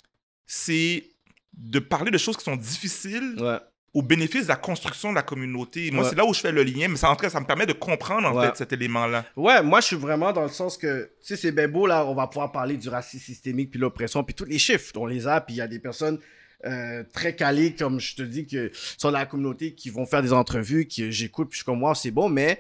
S1: c'est de parler de choses qui sont difficiles
S2: Ouais.
S1: au bénéfice de la construction de la communauté. Moi,
S2: Ouais.
S1: c'est là où je fais le lien, mais ça, en tout cas, ça me permet de comprendre, en
S2: Ouais.
S1: fait, cet élément-là.
S2: Ouais, moi, je suis vraiment dans le sens que, tu sais, c'est bien beau, là, on va pouvoir parler du racisme systémique, puis l'oppression, puis tous les chiffres, on les a, puis il y a des personnes euh, très calées, comme je te dis, que sont dans la communauté, qui vont faire des entrevues, que j'écoute, puis je suis comme, wow, c'est bon, mais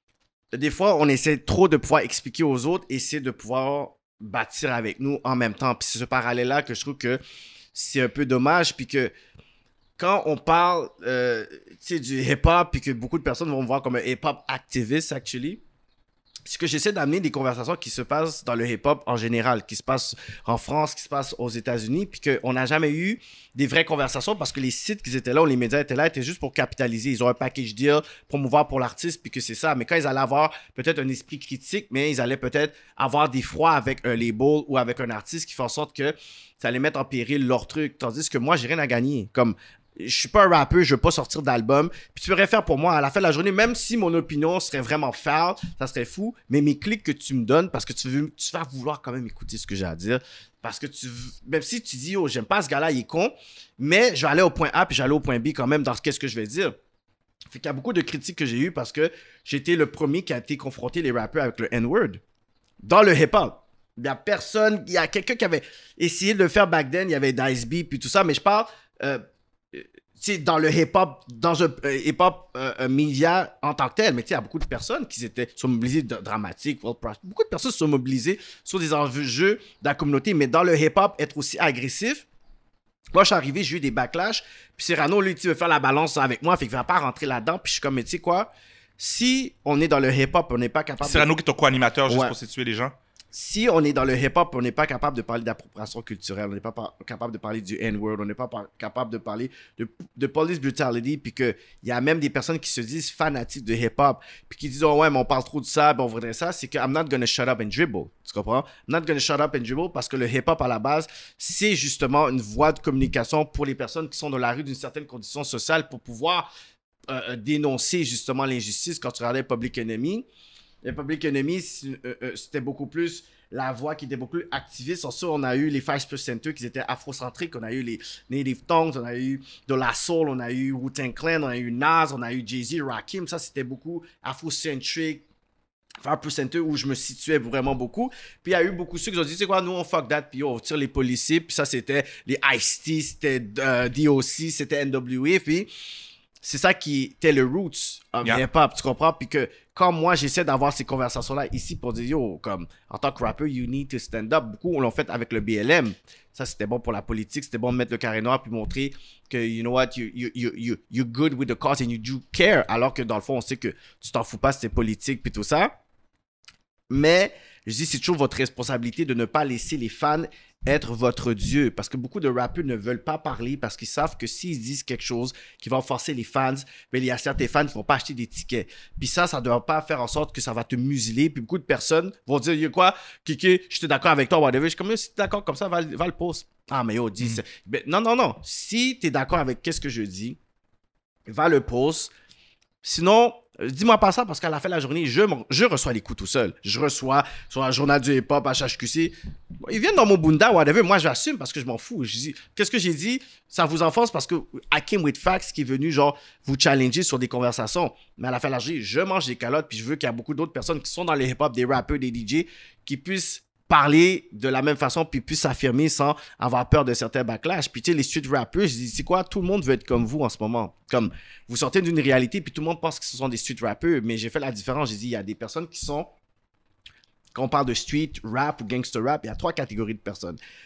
S2: des fois, on essaie trop de pouvoir expliquer aux autres, essayer de pouvoir bâtir avec nous en même temps. Puis c'est ce parallèle-là que je trouve que c'est un peu dommage, puis que quand on parle euh, tu sais, du hip-hop, puis que beaucoup de personnes vont me voir comme un hip-hop activiste, actually, c'est que j'essaie d'amener des conversations qui se passent dans le hip-hop en général, qui se passent en France, qui se passent aux États-Unis, puis qu'on n'a jamais eu des vraies conversations parce que les sites qui étaient là, ou les médias étaient là, étaient juste pour capitaliser. Ils ont un package deal, promouvoir pour l'artiste, puis que c'est ça. Mais quand ils allaient avoir peut-être un esprit critique, mais ils allaient peut-être avoir des froids avec un label ou avec un artiste qui fait en sorte que ça allait mettre en péril leur truc. Tandis que moi, j'ai rien à gagner. Comme je suis pas un rappeur, je veux pas sortir d'album. Puis tu pourrais faire pour moi à la fin de la journée, même si mon opinion serait vraiment foul, ça serait fou, mais mes clics que tu me donnes, parce que tu, veux, tu vas vouloir quand même écouter ce que j'ai à dire, parce que tu même si tu dis, oh, j'aime pas ce gars-là, il est con, mais je vais aller au point A puis je vais aller au point B quand même dans ce qu'est-ce que je vais dire. Fait qu'il y a beaucoup de critiques que j'ai eues parce que j'étais le premier qui a été confronté, les rappeurs, avec le N-word dans le hip-hop. Il y a personne, il y a quelqu'un qui avait essayé de le faire back then, il y avait Dice B puis tout ça, mais je parle... Euh, tu sais, dans le hip-hop, dans un euh, hip-hop euh, un média en tant que tel, mais tu sais, il y a beaucoup de personnes qui étaient, sont mobilisées de dramatique, beaucoup de personnes sont mobilisées sur des enjeux de la communauté, mais dans le hip-hop, être aussi agressif. Moi, je suis arrivé, j'ai eu des backlash, puis Cyrano, lui, tu veut faire la balance avec moi, fait qu'il va pas rentrer là-dedans, puis je suis comme, mais tu sais quoi, si on est dans le hip-hop, on n'est pas capable...
S1: Cyrano qui est ton co-animateur, juste
S2: Ouais.
S1: pour situer les gens.
S2: Si on est dans le hip-hop, on n'est pas capable de parler d'appropriation culturelle, on n'est pas par- capable de parler du N-word, on n'est pas par- capable de parler de, de police brutality, puis qu'il y a même des personnes qui se disent fanatiques de hip-hop, puis qui disent, oh ouais, mais on parle trop de ça, ben on voudrait ça, c'est que I'm not gonna shut up and dribble. Tu comprends? I'm not gonna shut up and dribble parce que le hip-hop, à la base, c'est justement une voie de communication pour les personnes qui sont dans la rue d'une certaine condition sociale pour pouvoir euh, dénoncer justement l'injustice. Quand tu regardais Public Enemy, les Public Enemy, euh, euh, c'était beaucoup plus la voix qui était beaucoup plus activiste. Ensuite, on a eu les Five Percenters qui étaient afrocentriques. On a eu les Native Tongues, on a eu De La Soul, on a eu Wu-Tang Clan, on a eu Nas, on a eu Jay-Z, Rakim. Ça, c'était beaucoup afrocentrique. Five Percenters où je me situais vraiment beaucoup. Puis il y a eu beaucoup de ceux qui ont dit, c'est quoi, nous on fuck that, puis on tire les policiers. Puis ça, c'était les Ice-T, c'était euh, D O C, c'était N W A. Puis c'est ça qui était le roots of
S1: Yeah.
S2: hip-hop, tu comprends? Puis que quand moi, j'essaie d'avoir ces conversations-là ici pour dire, yo, comme, en tant que rappeur, you need to stand up. Beaucoup l'ont fait avec le B L M. Ça, c'était bon pour la politique. C'était bon de mettre le carré noir puis montrer que, you know what, you, you, you, you, you're good with the cause and you do care. Alors que dans le fond, on sait que tu t'en fous pas, c'était politique puis tout ça. Mais, je dis, c'est toujours votre responsabilité de ne pas laisser les fans être votre Dieu. Parce que beaucoup de rappeurs ne veulent pas parler parce qu'ils savent que s'ils disent quelque chose qui va forcer les fans, mais il y a certains fans qui ne vont pas acheter des tickets. Puis ça, ça ne doit pas faire en sorte que ça va te museler. Puis beaucoup de personnes vont dire, yo quoi, Kiki, je suis d'accord avec toi, whatever. Je suis comme, si tu es d'accord comme ça, va, va le post. Ah, mais yo, dis
S1: Mm.
S2: ça. Ben, non, non, non. Si tu es d'accord avec qu'est-ce que je dis, va le post. Sinon, euh, dis-moi pas ça parce qu'à la fin de la journée, je, m'en- je reçois les coups tout seul. Je reçois sur un journal du hip-hop, H H Q C. Ils viennent dans mon bunda, whatever. Moi, j'assume parce que je m'en fous. Je dis, qu'est-ce que j'ai dit? Ça vous enfonce parce que I came with facts qui est venu, genre, vous challenger sur des conversations. Mais à la fin de la journée, je mange des calottes puis je veux qu'il y a beaucoup d'autres personnes qui sont dans le hip-hop, des rappeurs, des D J, qui puissent parler de la même façon puis puissent s'affirmer sans avoir peur de certains backlash. Puis tu sais, les street rappers, je dis, c'est quoi? Tout le monde veut être comme vous en ce moment. Comme, vous sortez d'une réalité puis tout le monde pense que ce sont des street rappers, mais j'ai fait la différence. J'ai dit, il y a des personnes qui sont, quand on parle de street rap ou gangster rap, il y a trois catégories de personnes.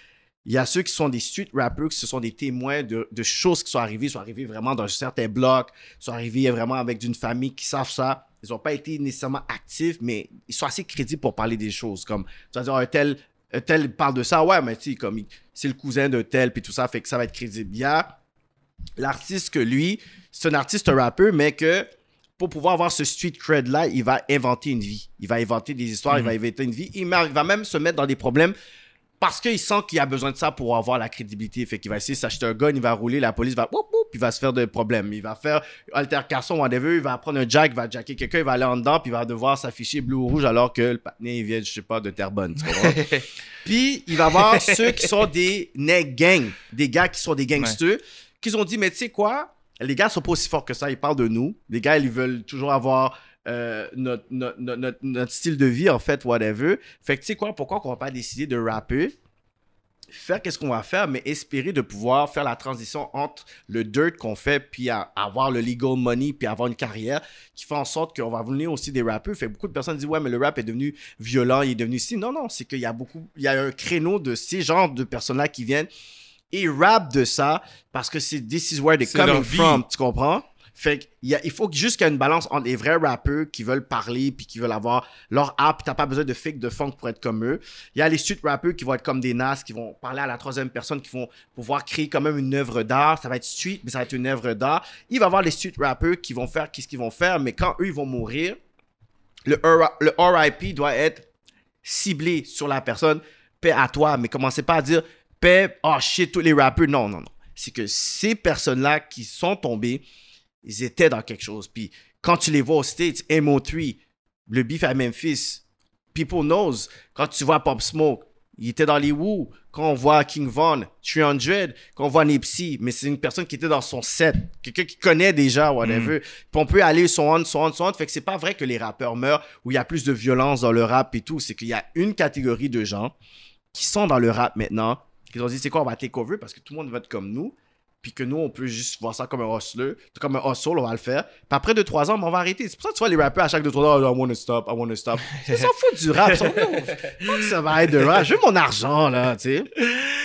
S2: Il y a ceux qui sont des street rappers, qui ce sont des témoins de, de choses qui sont arrivées, sont arrivés vraiment dans certains blocs, sont arrivés vraiment avec d'une famille qui savent ça. Ils n'ont pas été nécessairement actifs, mais ils sont assez crédibles pour parler des choses. Comme, tu vas dire, un tel, un tel parle de ça, ouais, mais tu sais, comme, c'est le cousin de tel, puis tout ça, fait que ça va être crédible. Il y a l'artiste que lui, c'est un artiste, un rappeur, mais que pour pouvoir avoir ce street cred-là, il va inventer une vie. Il va inventer des histoires, mm-hmm. il va inventer une vie. Il va même se mettre dans des problèmes parce qu'il sent qu'il a besoin de ça pour avoir la crédibilité. Fait qu'il va essayer de s'acheter un gun, il va rouler, la police va... Whoop, whoop, il va se faire des problèmes. Il va faire altercation, whatever. Il va prendre un jack, il va jacker quelqu'un, il va aller en dedans, puis il va devoir s'afficher bleu ou rouge alors que le patiné, il vient, je sais pas, de Terrebonne. Tu comprends? Puis, il va avoir ceux qui sont des neck gang, des gars qui sont des gangsters, ouais. qui ont dit, mais tu sais quoi? Les gars sont pas aussi forts que ça, ils parlent de nous. Les gars, ils veulent toujours avoir... Euh, notre, notre, notre, notre style de vie, en fait, whatever. Fait que, tu sais quoi, pourquoi qu'on va pas décider de rapper, faire qu'est-ce qu'on va faire, mais espérer de pouvoir faire la transition entre le dirt qu'on fait, puis à, avoir le legal money, puis avoir une carrière qui fait en sorte qu'on va venir aussi des rappeurs. Fait que beaucoup de personnes disent, ouais, mais le rap est devenu violent, il est devenu si. Non, non, c'est qu'il y a beaucoup, il y a un créneau de ces genres de personnes-là qui viennent et rap de ça parce que c'est this is where they're coming from, tu comprends? Fait qu'il y a, il faut juste qu'il y ait une balance entre les vrais rappeurs qui veulent parler puis qui veulent avoir leur art puis t'as pas besoin de fake de funk pour être comme eux. Il y a les street rappeurs qui vont être comme des Nas, qui vont parler à la troisième personne, qui vont pouvoir créer quand même une œuvre d'art. Ça va être street, mais ça va être une œuvre d'art. Il va y avoir les street rappeurs qui vont faire qu'est-ce qu'ils vont faire, mais quand eux, ils vont mourir, le, le R I P doit être ciblé sur la personne. Paix à toi, mais commencez pas à dire paix, oh shit, tous les rappeurs. Non, non, non. C'est que ces personnes-là qui sont tombées, ils étaient dans quelque chose. Puis quand tu les vois aux States, M O trois, le beef à Memphis, People Knows, quand tu vois Pop Smoke, il était dans les Wu. Quand on voit King Von, trois cents, quand on voit Nipsey, mais c'est une personne qui était dans son set. Quelqu'un qui connaît déjà, whatever. Mm. Puis on peut aller so on, so on, so on. Fait que c'est pas vrai que les rappeurs meurent où il y a plus de violence dans le rap et tout. C'est qu'il y a une catégorie de gens qui sont dans le rap maintenant, qui ont dit, c'est quoi, on va take over parce que tout le monde va être comme nous. Puis que nous, on peut juste voir ça comme un hustler, comme un hustle, on va le faire. Puis après deux trois ans, on va arrêter. C'est pour ça que tu vois les rappeurs à chaque deux trois ans, I wanna stop, I wanna stop. Ils s'en foutent du rap. Ils s'en foutent. Ça va être de rap. Je veux mon argent, là, tu sais.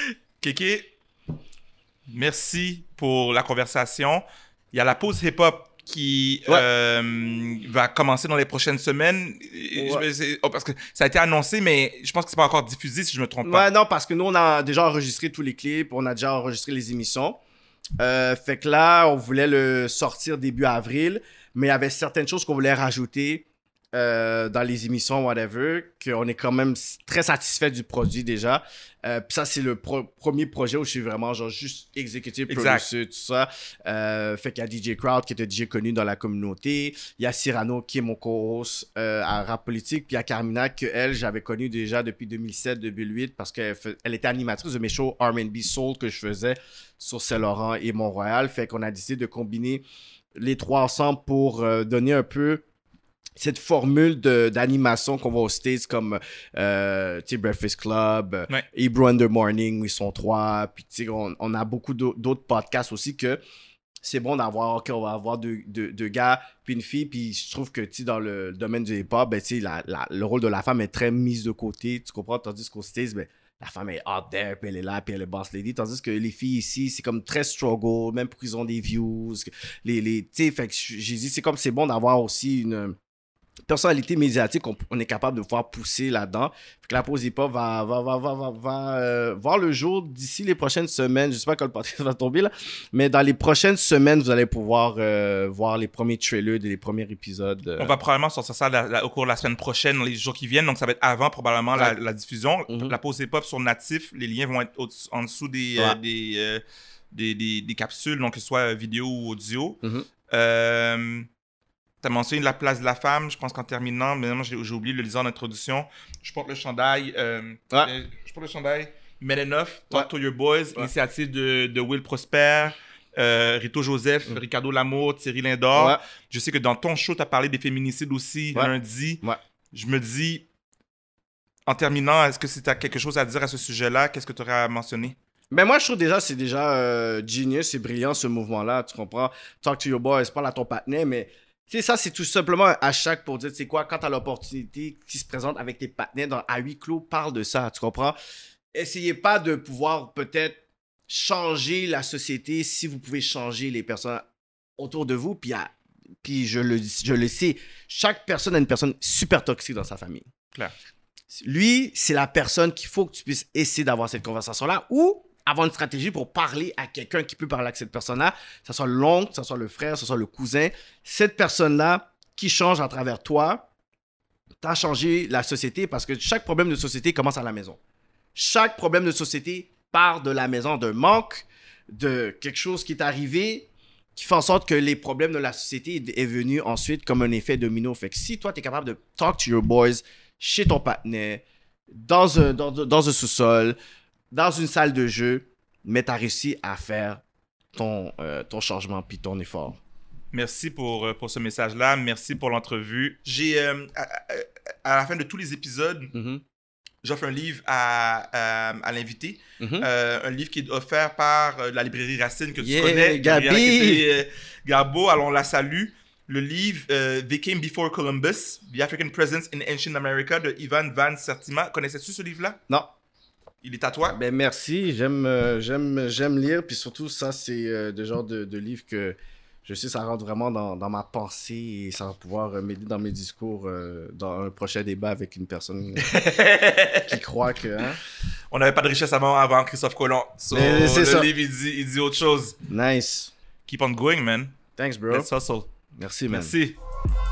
S1: Kéké, merci pour la conversation. Il y a la pause hip-hop qui ouais. euh, va commencer dans les prochaines semaines. Ouais. Je, oh, parce que ça a été annoncé, mais je pense que c'est pas encore diffusé, si je me trompe pas.
S2: Ouais, non, parce que nous, on a déjà enregistré tous les clips, on a déjà enregistré les émissions. Euh, fait que là, on voulait le sortir début avril, mais il y avait certaines choses qu'on voulait rajouter euh, dans les émissions, whatever, qu'on est quand même très satisfait du produit déjà. Euh, Puis ça, c'est le pro- premier projet où je suis vraiment genre juste exécutif, producer, tout ça. Euh, fait qu'il y a D J Crowd qui est un D J connu dans la communauté. Il y a Cyrano qui est mon co-host euh, à Rap Politique. Puis il y a Carmina que elle, j'avais connue déjà depuis deux mille sept, deux mille huit parce qu'elle fait, elle était animatrice de mes shows R and B Soul que je faisais sur Saint-Laurent et Mont-Royal. Fait qu'on a décidé de combiner les trois ensemble pour euh, donner un peu cette formule de, d'animation qu'on voit aux States comme euh, Breakfast Club, ouais. Hebrew Under Morning où ils sont trois, puis on, on a beaucoup d'autres podcasts aussi que c'est bon d'avoir, qu'on va avoir deux, deux, deux gars puis une fille, puis je trouve que dans le domaine du hip-hop, ben, la, la, le rôle de la femme est très mis de côté, tu comprends, tandis qu'aux States, ben, la femme est out there, puis elle est là, puis elle est boss lady. Tandis que les filles ici, c'est comme très struggle, même pour qu'ils ont des views. Les, les, tu sais, fait que j'ai dit, c'est comme c'est bon d'avoir aussi une personnalité médiatique, on, on est capable de pouvoir pousser là-dedans. Fait que la pause hip-hop va, va, va, va, va, va euh, voir le jour d'ici les prochaines semaines. Je sais pas quand le podcast va tomber là, mais dans les prochaines semaines, vous allez pouvoir euh, voir les premiers trailers des premiers épisodes. Euh...
S1: On va probablement sortir ça la, la, au cours de la semaine prochaine, dans les jours qui viennent. Donc ça va être avant probablement ouais. la, la diffusion. Mm-hmm. La pause hip-hop sur Natif, les liens vont être au- en dessous des, ouais. euh, des, euh, des, des, des capsules, donc que ce soit vidéo ou audio. Mm-hmm. Euh... T'as mentionné la place de la femme, je pense qu'en terminant, mais non, j'ai, j'ai oublié de le dire en introduction. Je porte le chandail, euh, ouais. je porte le chandail Men Enough, Talk ouais. to Your Boys, ouais. initiative de, de Will Prosper, euh, Rito Joseph, mm. Ricardo Lamour, Thierry Lindor. Ouais. Je sais que dans ton show, tu as parlé des féminicides aussi ouais. lundi. Ouais. Je me dis, en terminant, est-ce que tu as quelque chose à dire à ce sujet-là? Qu'est-ce que tu aurais à mentionner?
S2: Ben moi, je trouve déjà, c'est déjà euh, genius, c'est brillant ce mouvement-là, tu comprends? Talk to Your Boys, parle à ton partenaire, mais... Tu sais, ça, c'est tout simplement un hashtag pour dire, tu sais quoi, quand t'as l'opportunité qui se présente avec tes partenaires dans à huis clos, parle de ça, tu comprends? essayez pas de pouvoir peut-être changer la société si vous pouvez changer les personnes autour de vous. Puis, à, puis je, le, je le sais, chaque personne a une personne super toxique dans sa famille.
S1: Claire.
S2: Lui, c'est la personne qu'il faut que tu puisses essayer d'avoir cette conversation-là ou avoir une stratégie pour parler à quelqu'un qui peut parler avec cette personne-là, que ce soit l'oncle, que ce soit le frère, que ce soit le cousin. Cette personne-là qui change à travers toi, t'as changé la société parce que chaque problème de société commence à la maison. Chaque problème de société part de la maison, d'un manque, de quelque chose qui est arrivé qui fait en sorte que les problèmes de la société est venu ensuite comme un effet domino. Fait que si toi, tu es capable de talk to your boys chez ton partenaire, dans un, dans, dans un sous-sol, dans une salle de jeu, mais tu as réussi à faire ton, euh, ton changement puis ton effort.
S1: Merci pour, pour ce message-là. Merci pour l'entrevue. J'ai, euh, à, à, à la fin de tous les épisodes,
S2: Mm-hmm.
S1: j'offre un livre à, à, à l'invité.
S2: Mm-hmm.
S1: Euh, un livre qui est offert par euh, la librairie Racine que
S2: Yeah,
S1: tu connais.
S2: Gabi!
S1: Gabriela Garbo, alors on la salue. Le livre euh, They Came Before Columbus, The African Presence in Ancient America de Ivan Van Sertima. Connaissais-tu ce livre-là?
S2: Non.
S1: Il est à toi?
S2: Ben merci, j'aime, euh, j'aime, j'aime lire, puis surtout ça, c'est euh, le genre de, de livre que je sais ça rentre vraiment dans, dans ma pensée et ça va pouvoir euh, m'aider dans mes discours euh, dans un prochain débat avec une personne euh, qui croit que... Hein?
S1: On n'avait pas de richesse avant, avant Christophe Colomb. So,
S2: Mais c'est
S1: le
S2: ça.
S1: livre, il dit, il dit autre chose.
S2: Nice.
S1: Keep on going, man.
S2: Thanks, bro.
S1: Let's hustle.
S2: Merci, man.
S1: Merci.